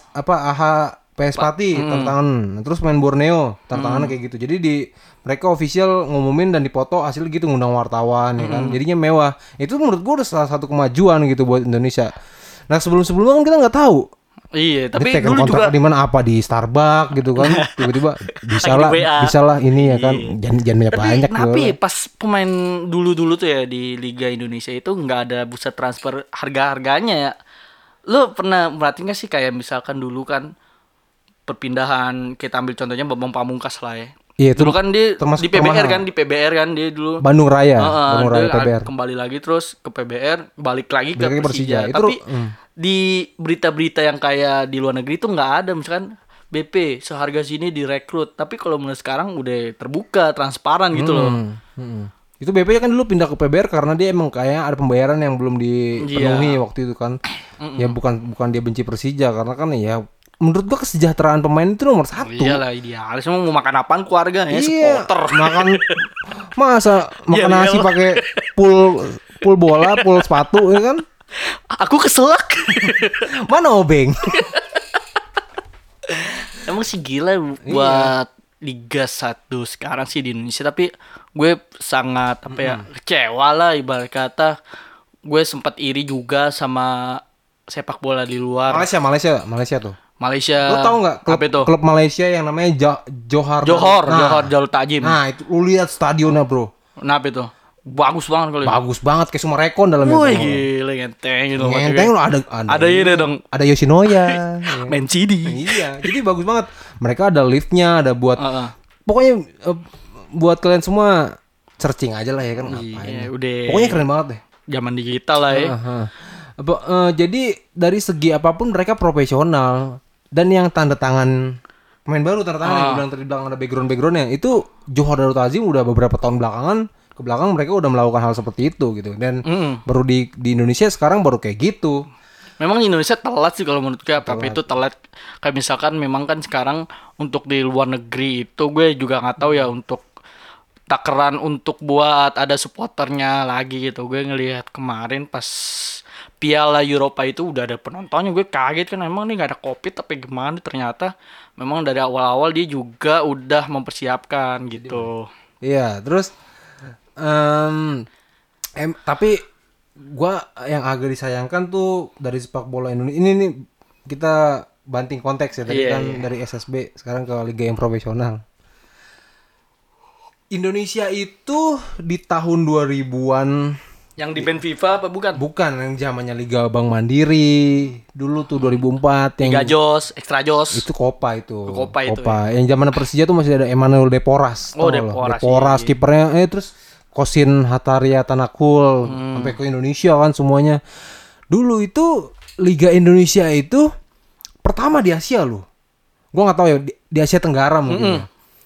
PS Pati tanda tangan. Nah, terus main Borneo tanda tangannya kayak gitu. Jadi mereka official ngumumin dan dipoto hasil gitu, ngundang wartawan ya kan. Jadinya mewah. Itu menurut gua udah salah satu kemajuan gitu buat Indonesia. Nah sebelum-sebelumnya kan kita nggak tahu. Iya, tapi Dia dulu juga di mana, apa di Starbucks gitu kan. Tiba-tiba Lagi di WA. bisa lah ini ya kan. Jangan banyak Tapi pas pemain dulu-dulu tuh ya di Liga Indonesia itu nggak ada bursa transfer harga-harganya ya. Lo pernah merhatiin nggak sih kayak misalkan dulu kan perpindahan, kita ambil contohnya Bambang Pamungkas lah ya. Iya, itu Dulu kan dia termasuk di PBR termahal. kan, di PBR kan dia dulu. Bandung Raya, Heeh, Bandung Raya dia PBR. kembali lagi terus ke PBR, balik lagi ke Balik lagi Persija. Persija. Itu Tapi di berita-berita yang kayak di luar negeri itu nggak ada, misalkan BP seharga sini direkrut. Tapi kalau menurut sekarang udah terbuka, transparan gitu loh. Itu BP kan dulu pindah ke PBR karena dia emang kayak ada pembayaran yang belum dipenuhi waktu itu kan. Ya bukan dia benci Persija, karena kan ya menurut gua kesejahteraan pemain itu nomor 1. Iyalah idealis, mau makan apaan keluarga ya, Iya, supporter. masa makan Iya, nasi iyalah. pakai full bola, full sepatu ya kan? Aku keselak. Mana obeng? Emang sih gila buat Liga 1 sekarang sih di Indonesia, tapi gue sangat kecewa lah ibarat kata. Gue sempat iri juga sama sepak bola di luar. Malaysia tuh. Malaysia. Lu tahu nggak apa itu? klub Malaysia yang namanya Johor Johor Darul Ta'zim. Nah, itu lu lihat stadionnya, bro. Kenapa itu? bagus banget kali. Bagus banget kayak Sumarekon dalam Wih, gila ngenteng gitu. Ngenteng loh, Ada ini dong. Ada Yoshinoya. Main CD. Iya, jadi bagus banget. Mereka ada liftnya, ada buat pokoknya buat kalian semua searching aja lah ya kan, ngapain. Iya, udah. Pokoknya keren banget deh. Zaman digital lah ya. Jadi dari segi apapun mereka profesional, dan yang tanda tangan pemain baru tanda tangan yang gue bilang tadi belakang ada backgroundnya itu Johor Darul Ta'zim udah beberapa tahun belakangan ke belakang mereka udah melakukan hal seperti itu gitu, dan baru di Indonesia sekarang baru kayak gitu. Memang Indonesia telat sih kalau menurut gue, tapi itu telat. Kayak misalkan memang kan sekarang untuk di luar negeri itu gue juga nggak tahu ya, untuk takaran untuk buat ada supporternya lagi gitu. Gue ngelihat kemarin pas Piala Eropa itu udah ada penontonnya, gue kaget kan, emang nih gak ada COVID tapi gimana, ternyata memang dari awal-awal dia juga udah mempersiapkan gitu. Iya, terus tapi gua yang agak disayangkan tuh dari sepak bola Indonesia ini nih, kita banting konteks ya tadi dari SSB sekarang ke liga yang profesional. Indonesia itu di tahun 2000-an yang di band FIFA apa bukan? Bukan, yang zamannya Liga Bank Mandiri dulu tuh 2004 yang Liga Jos, Extra Jos. Itu Copa itu. Copa itu. Yang zaman Persija tuh masih ada Emmanuel Deporas. Deporas iya. kipernya terus Kosin Hataria Tanakul sampai ke Indonesia kan semuanya. Dulu itu Liga Indonesia itu pertama di Asia loh. Gua enggak tahu ya di Asia Tenggara mungkin.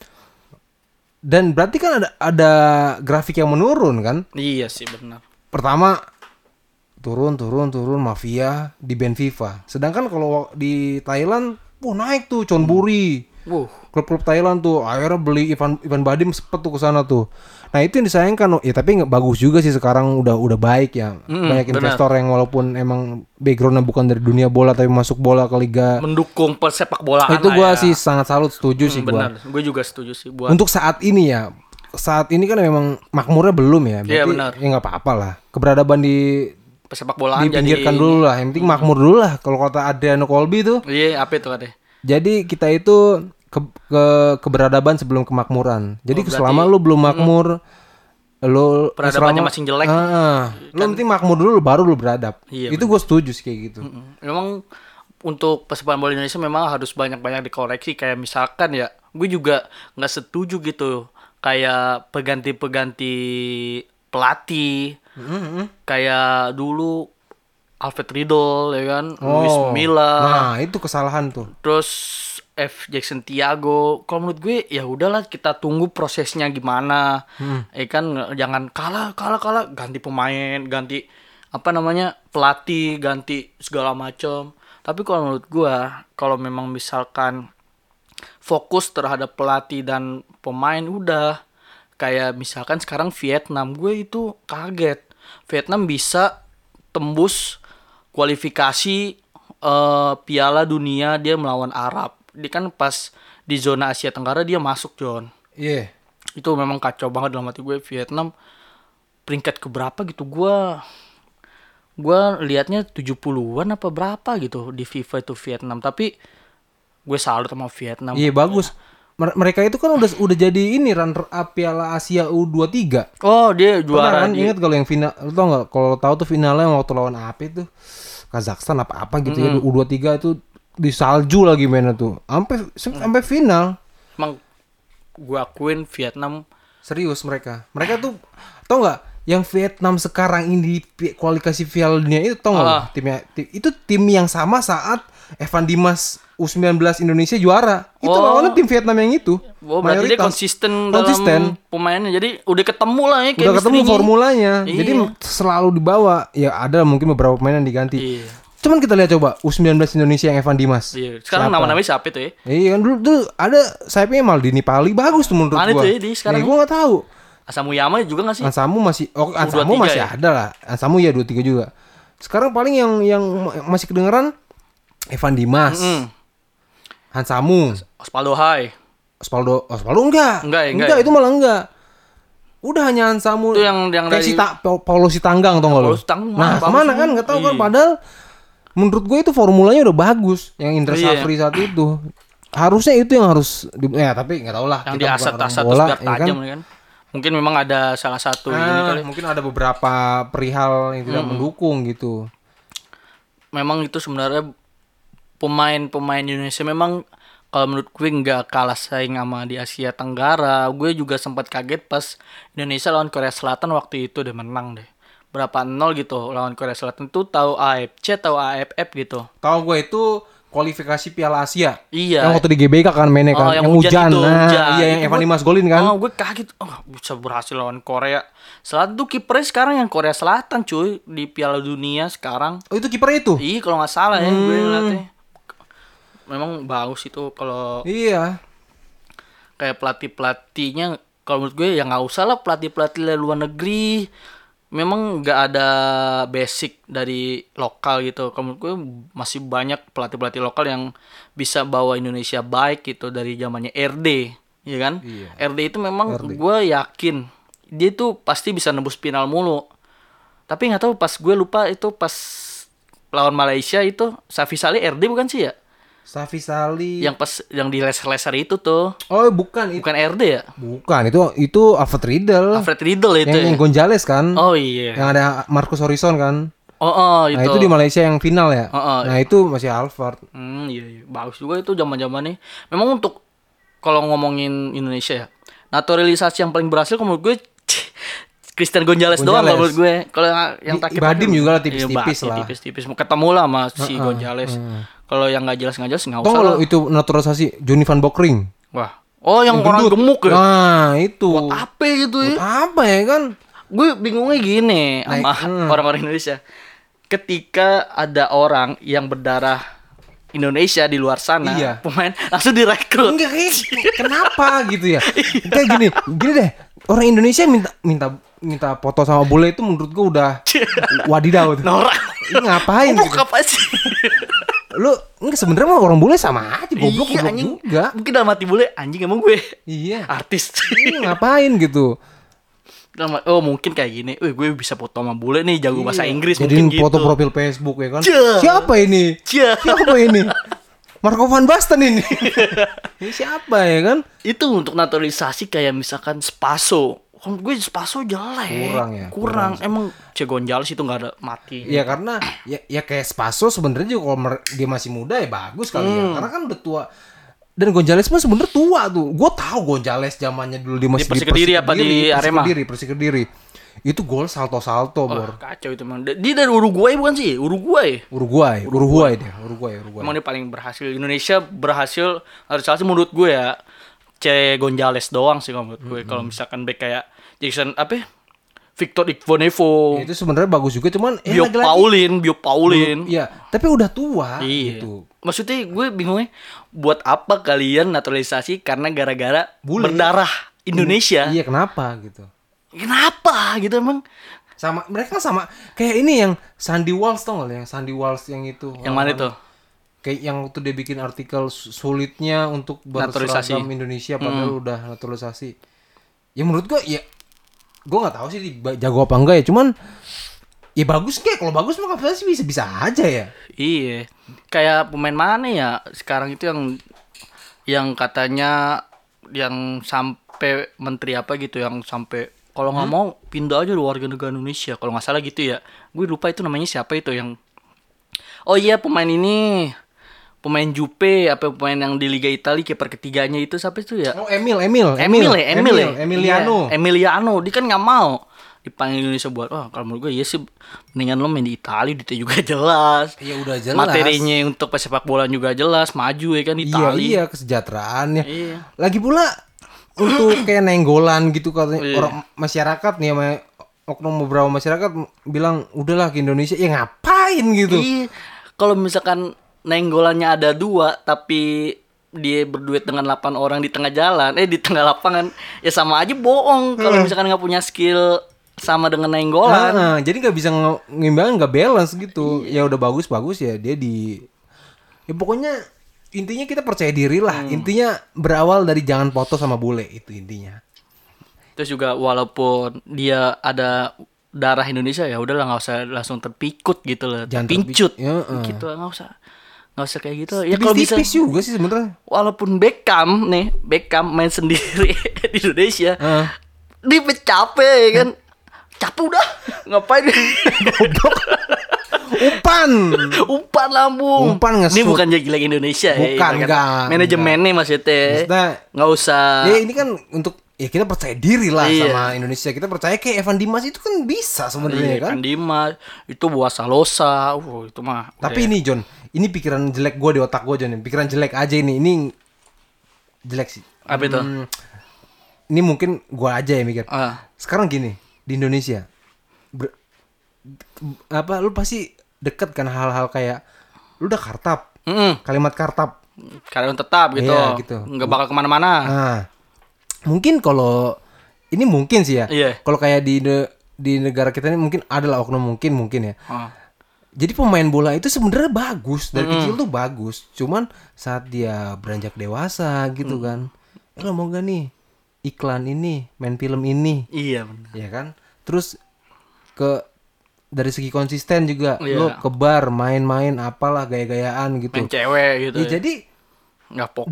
Dan berarti kan ada grafik yang menurun kan? Iya sih benar. Pertama turun mafia di band FIFA. Sedangkan kalau di Thailand, naik tuh Chonburi. Klub-klub Thailand tuh akhirnya beli Ivan Badim sepet tuh ke sana tuh. Nah, itu yang disayangkan. Ya tapi nggak bagus juga sih sekarang udah baik ya. Banyak investor yang walaupun emang backgroundnya bukan dari dunia bola tapi masuk bola ke liga. Mendukung persepak bolaan. Itu gua sih sangat salut, setuju sih gua. Benar, gue juga setuju sih buat. Untuk saat ini ya. Saat ini kan memang makmurnya belum ya. Berarti benar. Ya nggak apa-apa lah. Keberadaban di persepak bolaan dipinggirkan dulu lah. Yang penting makmur dulu lah. Kalau kata Adriano Colby tuh. Iya, apa itu katanya? Jadi kita itu keberadaban sebelum kemakmuran. Jadi selama lu belum makmur, lu peradabannya masih jelek. Lu penting makmur dulu baru lu beradab. Iya, itu gue setuju sih kayak gitu. Memang untuk persepak bola Indonesia memang harus banyak-banyak dikoreksi. Kayak misalkan ya, gue juga nggak setuju gitu. Kayak pengganti pelatih. Kayak dulu Alfred Riedel ya kan, Luis Milla. Nah, itu kesalahan tuh. Terus Jackson Tiago. Kalau menurut gue ya udahlah, kita tunggu prosesnya gimana. Kan jangan kalah ganti pemain, ganti pelatih, ganti segala macam. Tapi kalau menurut gue, kalau memang misalkan fokus terhadap pelatih dan pemain, udah kayak misalkan sekarang Vietnam, gue itu kaget. Vietnam bisa tembus kualifikasi Piala Dunia, dia melawan Arab. Dia kan pas di zona Asia Tenggara dia masuk, John. Iya. Itu memang kacau banget dalam hati gue. Vietnam peringkat keberapa gitu, gue liatnya 70-an apa berapa gitu di FIFA itu Vietnam. Tapi gue salut sama Vietnam. Iya, bagus. Mereka itu kan udah jadi ini runner up Piala Asia U23. Oh, dia juara. Kan ingat kalau yang final, lu tau nggak? Kalau tahu tuh finalnya waktu lawan apa itu? Kazakhstan apa gitu ya, U23 itu di salju lagi mainnya tuh. Sampai final. Emang gue akuin Vietnam serius mereka. Mereka tuh tau nggak? Yang Vietnam sekarang ini kualifikasi Piala Dunia itu tau nggak? Itu tim yang sama saat Evan Dimas U19 Indonesia juara. Itu lawannya tim Vietnam yang itu. Berarti dia konsisten dalam pemainnya. Jadi udah ketemu lah ya. Udah ketemu formulanya. Iya. Jadi selalu dibawa. Ya ada mungkin beberapa pemain yang diganti. Iya. Cuman kita lihat coba U19 Indonesia yang Evan Dimas. Iya. Sekarang nama-namanya siapa itu ya? Iya kan dulu ada sayapnya Maldini Pali, bagus tuh menurut gua. Mana itu ya sekarang? Gua enggak tahu. Asamu Yama juga enggak sih? Ansamu masih ya? Ada lah. Ansamu ya 23 juga. Sekarang paling yang masih kedengeran Evan Dimas. Hansamu, Osvaldo Hai. Osvaldo enggak, itu malah enggak. Udah hanya Hansamu. Itu yang kayak dari Paulo Sitanggang tau enggak lo? Nah, kemana kan enggak tahu kan, padahal menurut gue itu formulanya udah bagus yang Indra Safri saat itu. Harusnya itu yang harus ya tapi enggak tahu lah. Yang di asat-asat terus biar tajam kan. Mungkin memang ada salah satu ini kali. Mungkin ada beberapa perihal yang tidak mendukung gitu. Memang itu sebenarnya pemain Indonesia memang kalau menurut gue nggak kalah saing sama di Asia Tenggara. Gue juga sempat kaget pas Indonesia lawan Korea Selatan waktu itu udah menang deh. Berapa 0 gitu lawan Korea Selatan tuh, tahu AFC tahu AFF gitu. Tahu gue itu kualifikasi Piala Asia. Iya. Yang waktu di GBK kan mainnya kan. yang hujan itu, Iya, yang Evan Dimas golin kan. Gue kaget. Bisa berhasil lawan Korea Selatan tuh, kipernya sekarang yang Korea Selatan cuy di Piala Dunia sekarang. Oh, itu kipernya itu? Iya, kalau nggak salah ya gue ngeliatnya. Memang bagus itu kalau Iya. kayak pelatihnya. Kalau menurut gue ya nggak usah lah pelatih dari luar negeri. Memang nggak ada basic dari lokal gitu. Kalau menurut gue masih banyak pelatih lokal yang bisa bawa Indonesia baik gitu dari zamannya RD, ya kan? Iya. RD itu memang RD. gue yakin dia tuh pasti bisa nembus final mulu. Tapi nggak tahu, pas gue lupa itu pas lawan Malaysia itu Safi Salih RD bukan sih ya? Safi Salih. Yang di laser itu tuh. Oh, bukan itu. Bukan RD ya? Bukan, itu Alfred Riedel. Alfred Riedel itu. Yang Gonzales kan? Oh iya. Yang ada Marcus Horizon kan? Oh itu. Nah, itu di Malaysia yang final ya. Oh, nah, itu masih Alfred. Iya. Bagus juga itu zaman-zaman nih. Memang untuk kalau ngomongin Indonesia ya, naturalisasi yang paling berhasil menurut gue Christian Gonzales doang menurut gue. Kalau yang tak Badim juga lah, tipis-tipis lah. Tipis-tipis. Ketemu lah sama si Gonzales. Kalau yang nggak jelas nggak usah lah. Itu naturalisasi Johnny van Bokering. Wah. Oh, yang orang gemuk ya. Nah, itu. Buat apa gitu ya? Buat apa ya kan? Gue bingungnya gini sama orang-orang Indonesia. Ketika ada orang yang berdarah Indonesia di luar sana, pemain langsung direkrut. Enggak, kenapa gitu ya? Kayak gini deh. Orang Indonesia minta foto sama bule itu menurut gue udah wadidaw tuh. Norak. Ini ngapain gitu? Apa sih? Lu enggak, sebenarnya mah orang bule sama aja, goblok juga. Mungkin dalam hati bule, anjing emang gue. Iya. Artis. Ini ngapain gitu? Oh, mungkin kayak gini. Gue bisa foto sama bule nih, jago bahasa Inggris. Jadiin mungkin foto gitu. profil Facebook ya kan? Siapa ini? Siapa ini? Marco van Basten ini. Ini siapa ya kan? Itu untuk naturalisasi kayak misalkan Spaso. Gue Spaso jelek. Kurang. Emang Gonzales itu nggak ada mati. Ya karena ya kayak Spaso sebenarnya juga kalau dia masih muda ya bagus kali ya. Karena kan udah tua. Dan Gonzales pun sebenarnya tua tuh. Gue tahu Gonzales zamannya dulu dia masih di Persikediri apa di Arema? Persikediri. Itu gol salto Bor. Kacau itu emang. Dia dari Uruguay bukan sih? Uruguay dia. Emang dia paling berhasil. Indonesia berhasil naturalisasi menurut gue ya. Gonzales doang sih menurut gue. Kalau misalkan back kayak Jackson Victor Igbonevo. Itu sebenarnya bagus juga, cuman Bio Paulin. Iya, tapi udah tua gitu. Maksudnya gue bingungnya buat apa kalian naturalisasi karena gara-gara berdarah Indonesia? Iya, kenapa gitu? Kenapa gitu emang? Mereka sama kayak ini yang Sandy Walsh, tau gak? Yang Sandy Walsh yang itu. Yang mana itu? Kayak yang waktu dia bikin artikel sulitnya untuk berseragam Indonesia padahal udah naturalisasi. Ya menurut gue ya, gue nggak tahu sih jago apa enggak ya, cuman ya bagus kayak kalau bagus mah pasti bisa aja ya. Iya, kayak pemain mana ya sekarang itu yang katanya yang sampai menteri apa gitu, yang sampai kalau nggak mau pindah aja warga negara Indonesia kalau nggak salah gitu ya. Gue lupa itu namanya siapa itu yang. Oh iya, pemain Jupe apa pemain yang di Liga Italia kiper ketiganya itu siapa itu ya? Oh, Emiliano. Dia kan nggak mau dipanggil Indonesia buat. Kalau menurut gue iya sih, mendingan lo main di Italia, duitnya juga jelas. Iya, udah jelas. Materinya untuk pesepak bola juga jelas, maju ya kan di Italia. Iya, kesejahteraannya. Iya. Lagi pula untuk kayak nenggolan gitu katanya orang masyarakat nih, sama oknum beberapa masyarakat bilang udahlah ke Indonesia. Ya ngapain gitu? Iya. Kalau misalkan nenggolannya ada 2 tapi dia berduet dengan 8 orang di tengah jalan, di tengah lapangan, ya sama aja bohong. Kalau misalkan nggak punya skill sama dengan nenggolan. Jadi nggak bisa ngimbangin, nggak balance gitu. Ya udah bagus ya dia ya pokoknya intinya kita percaya diri lah. Intinya berawal dari jangan foto sama bule, itu intinya. Terus juga walaupun dia ada darah Indonesia, ya udahlah nggak usah langsung terpikut gitu loh, terpincut gitu, nggak usah kayak gitu. Ya kalau bisa juga sih sebenarnya. Walaupun Beckham main sendiri di Indonesia, Dia capek kan. Capek udah. Ngapain? Umpan lambung. Umpan nge-shoot. Ini bukan jelek Indonesia ya. Bukan, enggak. Manajemennya maksudnya. Nggak usah. Ya ini kan untuk ya kita percaya diri lah Iya. sama Indonesia. Kita percaya kayak Evan Dimas itu kan bisa sebenarnya kan. Evan Dimas itu Buasa Losa. Itu mah. Tapi ini John, ini pikiran jelek gue di otak gue John. Pikiran jelek aja ini. Ini jelek sih. Apa itu? Ini mungkin gue aja yang mikir. Ah. Sekarang gini di Indonesia, lu pasti deket kan hal-hal kayak lu udah kartap, kalimat kartap, Karyawan tetap gitu. Iya, gitu. Nggak bakal kemana-mana. Nah, mungkin kalau ini mungkin sih ya. Iya. Kalau kayak di negara kita ini mungkin adalah oknum mungkin ya. Ah. Jadi pemain bola itu sebenarnya bagus dari kecil tuh bagus. Cuman saat dia beranjak dewasa gitu kan, lo mau gak nih iklan ini, main film ini, Iya benar. ya kan? Terus dari segi konsisten juga, Iya. lo ke bar main-main apalah gaya-gayaan gitu. Main cewek gitu. Ya, jadi nggak fokus.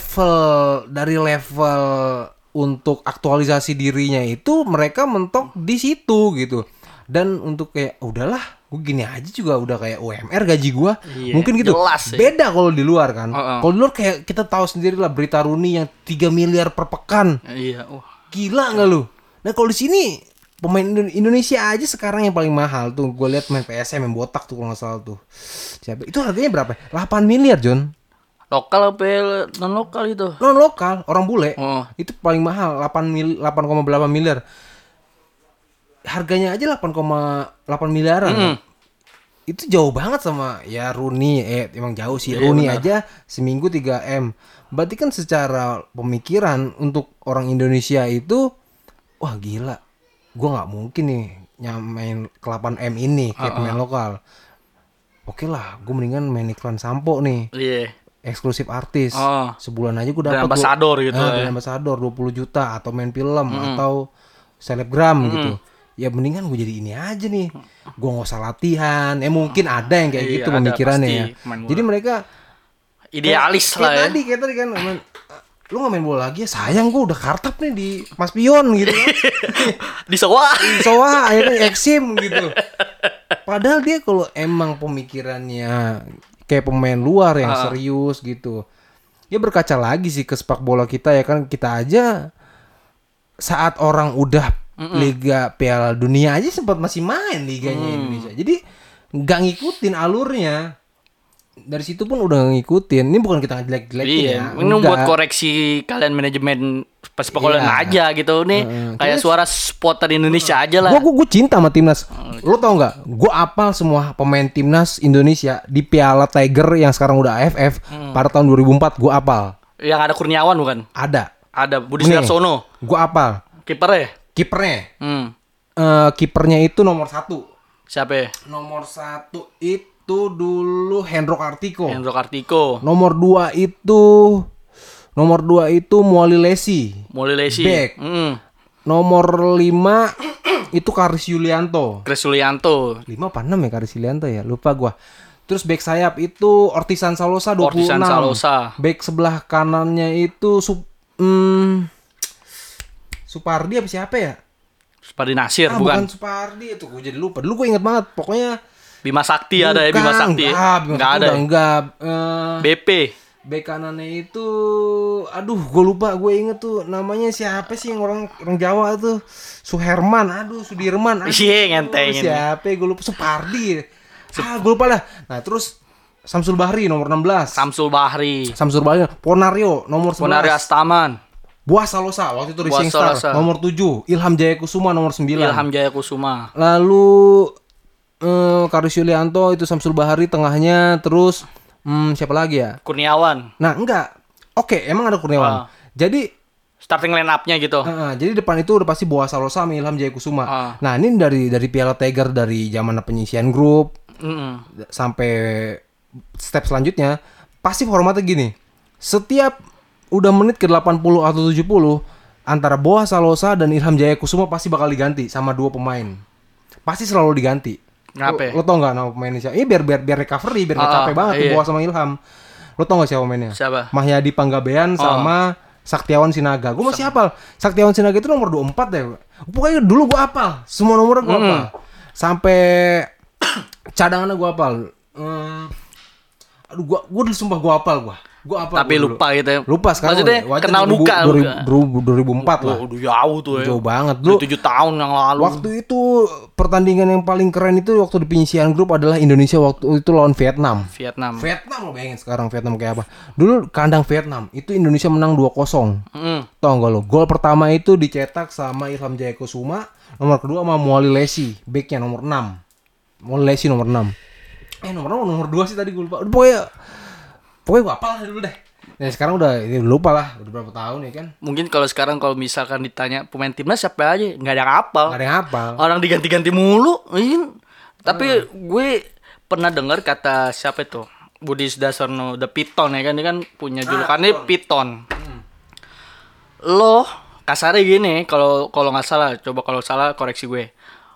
dari level untuk aktualisasi dirinya itu mereka mentok di situ gitu. Dan untuk kayak udahlah, gue gini aja juga udah kayak UMR gaji gue. Iya, Mungkin gitu. jelas sih. Beda kalau di luar kan. Uh-uh. Kalau di luar kayak kita tahu sendiri lah berita Rooney yang 3 miliar per pekan. Iya. Wah. Gila nggak lu? Nah kalau di sini pemain Indonesia aja sekarang yang paling mahal tuh. Gue lihat main PSM yang botak tuh kalau nggak salah tuh. Siapa? Itu harganya berapa? 8 miliar John. Lokal apa non lokal itu? Non lokal, orang bule. Oh. Itu paling mahal 8,8 miliar. Harganya aja 8,8 miliaran. Kan? Itu jauh banget sama ya Rooney. Emang jauh sih. Iya, Rooney benar. aja seminggu 3 M. Berarti kan secara pemikiran untuk orang Indonesia itu wah gila. Gua nggak mungkin nih nyamain ke 8 M ini kayak pemain lokal. Oke lah, gue mendingan main iklan sampo nih. Iya. Eksklusif artis. Oh. Sebulan aja gue dapat Brand ambassador gitu ya. brand ambassador 20 juta atau main film atau selebgram gitu. Ya mendingan gue jadi ini aja nih. Gue nggak usah latihan. Mungkin ada yang kayak Iya, gitu ada pemikirannya pasti ya. pemain bola. Jadi mereka Idealis lah ya. Kayak tadi kan lu nggak main bola lagi ya sayang gue udah kartap nih di Mas Pion gitu kan. Di sawah. Soa ya kan eksim gitu. Padahal dia kalau emang pemikirannya kayak pemain luar yang serius gitu. Ya berkaca lagi sih ke sepak bola kita ya kan, kita aja saat orang udah Liga Piala Dunia aja sempat masih main liganya Indonesia. Jadi nggak ngikutin alurnya. Dari situ pun udah ngikutin. Ini bukan kita jelek-jelekin ya. Iya, ini buat koreksi kalian manajemen sepak bola Iya. aja gitu nih. Kayak suara supporter Indonesia aja lah. Gue cinta sama timnas. Lo tau nggak? Gue apal semua pemain timnas Indonesia di Piala Tiger yang sekarang udah AFF pada tahun 2004. Gue apal. Yang ada Kurniawan bukan? Ada. Ada Budi Nih, Sudarsono. gue apal. Kipernya? Kipernya. Hmm. Kipernya itu nomor 1. Siapa ya? Nomor 1 itu dulu Hendro Kartiko. Hendro Kartiko. Nomor 2 itu Muali Lesi. Mulai Lesi. Back. Nomor 5 itu Karis Yulianto. Chris Sulianto. 5 apa 6 ya Karis Yulianto ya? Lupa gua. Terus back sayap itu Ortisan Salosa 26. Ortisan Salosa. Back sebelah kanannya itu Supardi apa siapa ya? Supardi Nasir bukan bukan? Supardi itu gue jadi lupa. Dulu gue inget banget. Pokoknya Bima Sakti ada ya Bima Sakti. Enggak ada. ya? Enggak. BP. Bek kanannya itu aduh gue lupa, gue inget tuh namanya siapa sih yang orang Jawa tuh, Suherman, Sudirman, Iya, ngenteng ini. siapa gue lupa, Supardi gue lupa lah. Nah terus Samsul Bahri nomor 16, Samsul Bahri. Ponario nomor 11, Ponario Astaman. Buas Salosa waktu itu Racing Buas Star Salosa. nomor 7, Ilham Jayakusuma nomor 9, Ilham Jaya Kusuma. lalu Karis Yulianto itu Samsul Bahri tengahnya, terus siapa lagi ya? Kurniawan. Nah enggak, oke emang ada Kurniawan. Jadi Starting line up-nya gitu. jadi depan itu udah pasti Boas Salosa sama Ilham Jayakusuma. Nah ini dari Piala Tiger, dari zaman penyisian grup sampai step selanjutnya pasti formatnya gini. Setiap udah menit ke 80 atau 70 antara Boas Salosa dan Ilham Jayakusuma pasti bakal diganti sama dua pemain. Pasti selalu diganti. Kenapa? Lo tau nggak nama pemainnya siapa? Ini biar recovery, biar nggak capek banget tuh iya. Boas sama Ilham. Lo tau nggak siapa pemainnya? Siapa? Mahyadi Panggabean sama Saktiawan Sinaga. Gue masih hafal. Saktiawan Sinaga itu nomor 24 deh. Pokoknya dulu gue hafal. Semua nomornya gue hafal. Sampai cadangannya gue hafal. Aduh, gue sumpah gue hafal gue. Tapi lupa gitu ya. Lupa sekarang. Maksudnya kenal muka. 2004 lah. Udah jauh tuh ya. Jauh banget. Dulu 7 tahun yang lalu. Waktu itu pertandingan yang paling keren itu waktu di penyisian grup adalah Indonesia waktu itu lawan Vietnam. Vietnam lo bayangin sekarang Vietnam kayak apa. Dulu kandang Vietnam itu Indonesia menang 2-0. Tau gak lo? Gol pertama itu dicetak sama Ilham Jaya Kusuma. Nomor kedua sama Muali Lesi. Backnya nomor 6. Muali Lesi nomor 6. Nomor 2 sih tadi gue lupa. Pokoknya gue hafal dulu deh. Nah sekarang udah lupa lah. Udah berapa tahun ya kan. Mungkin kalau sekarang kalau misalkan ditanya pemain timnas siapa aja, nggak ada yang hafal. Nggak ada yang hafal. Orang diganti-ganti mulu. Tapi gue pernah dengar kata siapa itu, Budi Sudarsono The Piton ya kan. Dia kan punya julukannya Piton. Lo kasarnya gini, kalau nggak salah, coba kalau salah koreksi gue.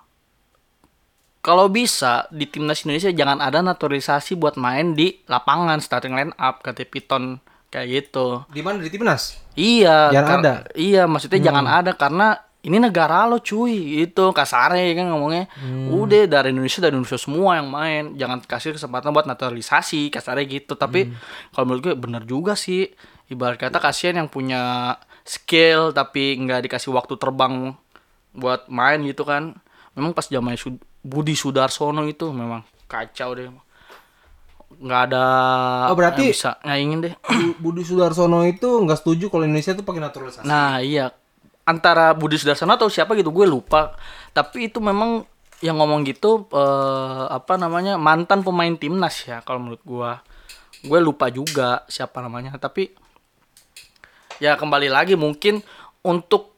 Kalau bisa di timnas Indonesia jangan ada naturalisasi buat main di lapangan starting line up, kata Piton kayak gitu. Di mana di timnas? Iya. Jangan ada. Iya, maksudnya jangan ada karena ini negara lo cuy, itu kasarnya kan ngomongnya. Udah dari Indonesia semua yang main, jangan kasih kesempatan buat naturalisasi, kasarnya gitu. Tapi kalau menurut gue bener juga sih. Ibarat kata kasihan yang punya skill tapi nggak dikasih waktu terbang buat main gitu kan. Memang pas zamannya Budi Sudarsono itu memang kacau deh. Nggak ada berarti yang bisa ingin deh. Budi Sudarsono itu nggak setuju kalau Indonesia tuh pakai naturalisasi. Nah iya, antara Budi Sudarsono atau siapa gitu gue lupa. Tapi itu memang yang ngomong gitu mantan pemain timnas ya kalau menurut gue lupa juga siapa namanya. Tapi ya kembali lagi mungkin untuk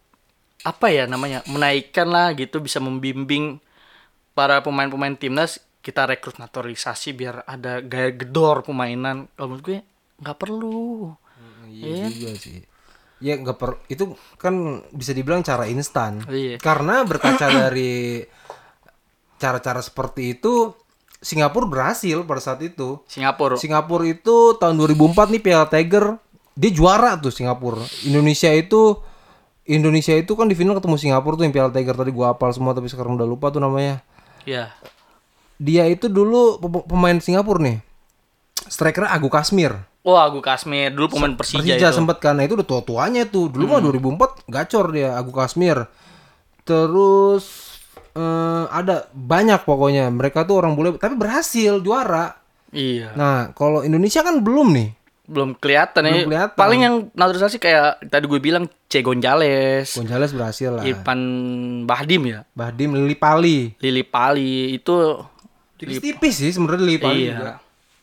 menaikkan lah gitu, bisa membimbing para pemain-pemain timnas, kita rekrut naturalisasi biar ada gaya gedor pemainan. Kalau menurut gue nggak perlu. Iya juga sih. Ya itu kan bisa dibilang cara instan. Iya. Karena berkaca dari cara-cara seperti itu, Singapura berhasil pada saat itu. Singapura itu tahun 2004 nih Piala Tiger, dia juara tuh Singapura. Indonesia itu kan di final ketemu Singapura tuh yang Piala Tiger tadi gua hafal semua tapi sekarang udah lupa tuh namanya. Iya. Dia itu dulu pemain Singapura nih. Striker Agu Kasmir. Oh, Agu Kasmir dulu pemain Persija itu. Sempat kan. Nah, itu udah tua-tuanya tuh. Dulu mah 2004 gacor dia Agu Kasmir. Terus ada banyak pokoknya. Mereka tuh orang bule tapi berhasil juara. Iya. Nah, kalau Indonesia kan belum nih. Belum kelihatan. Paling yang naturalisasi kayak tadi gue bilang Gonzales berhasil lah. Irfan Bahdim ya. Lili Pali itu tipis sih sebenarnya Lili Pali juga.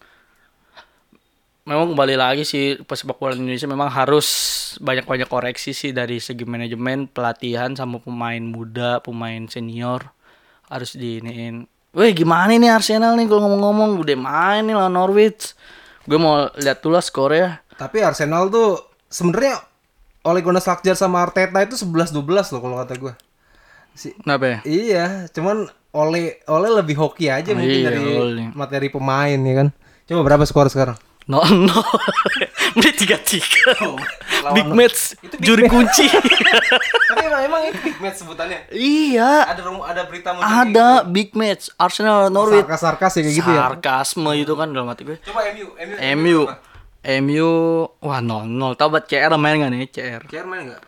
Memang kembali lagi sih pesepak bola Indonesia memang harus banyak-banyak koreksi sih dari segi manajemen, pelatihan sama pemain muda, pemain senior harus diiniin. Weh gimana nih Arsenal nih kalau ngomong-ngomong udah main nih lawan Norwich. Gue mau lihat dulu skornya. Tapi Arsenal tuh sebenarnya Ole Gunnar Solskjaer sama Arteta itu 11-12 loh kalau kata gue. Kenapa ya? Iya, cuman Ole lebih hoki aja mungkin dari materi pemain ya kan. Coba berapa skor sekarang? 0-0. Menit 33. Big match. Juri kunci. Tapi emang itu big match sebutannya. Iya. Ada berita muncul. Ada gitu. Big match Arsenal Norwich. Sarkas ya kayak gitu ya. Sarkasme itu kan dalam hati gue. Coba MU. Wah 0-0. Tahu buat CR main enggak nih? CR main enggak?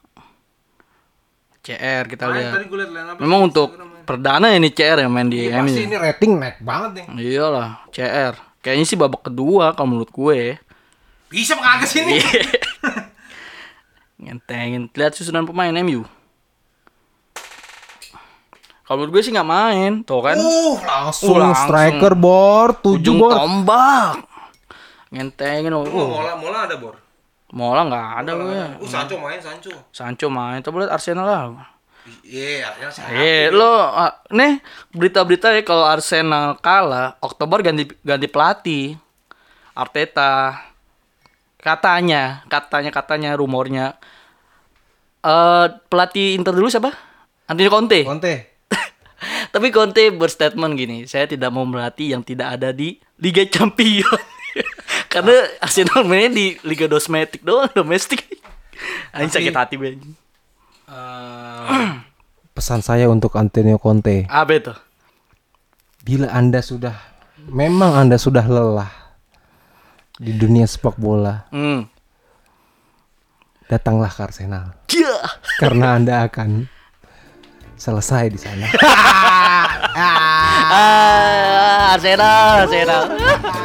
CR kita lihat. Tadi gue lihat memang untuk perdana ini CR yang main di MU. Pasti ini rating naik banget nih. Iyalah, CR. Kayaknya sih babak kedua kalau menurut gue. Bisa kagak sini. Ngentengin. Lihat susunan pemain MU. Kalau menurut gue sih nggak main, tuh kan? Langsung striker bor, 7 bor. Tombak. Ngentengin. Mola ada bor. Mola nggak ada gue. Sancho main. Coba lihat Arsenal lah. Iya, lo nih berita-berita ya kalau Arsenal kalah, Oktober ganti pelatih. Arteta. Katanya rumornya. Pelatih Inter dulu siapa? Antonio Conte. Tapi Conte berstatement gini, saya tidak mau melatih yang tidak ada di Liga Champions. Karena Arsenal mainnya di Liga Domestik. Anjing sakit hati Ben. Pesan saya untuk Antonio Conte, Apa itu? bila memang Anda sudah lelah di dunia sepak bola, datanglah ke Arsenal. Karena Anda akan selesai di sana. Arsenal.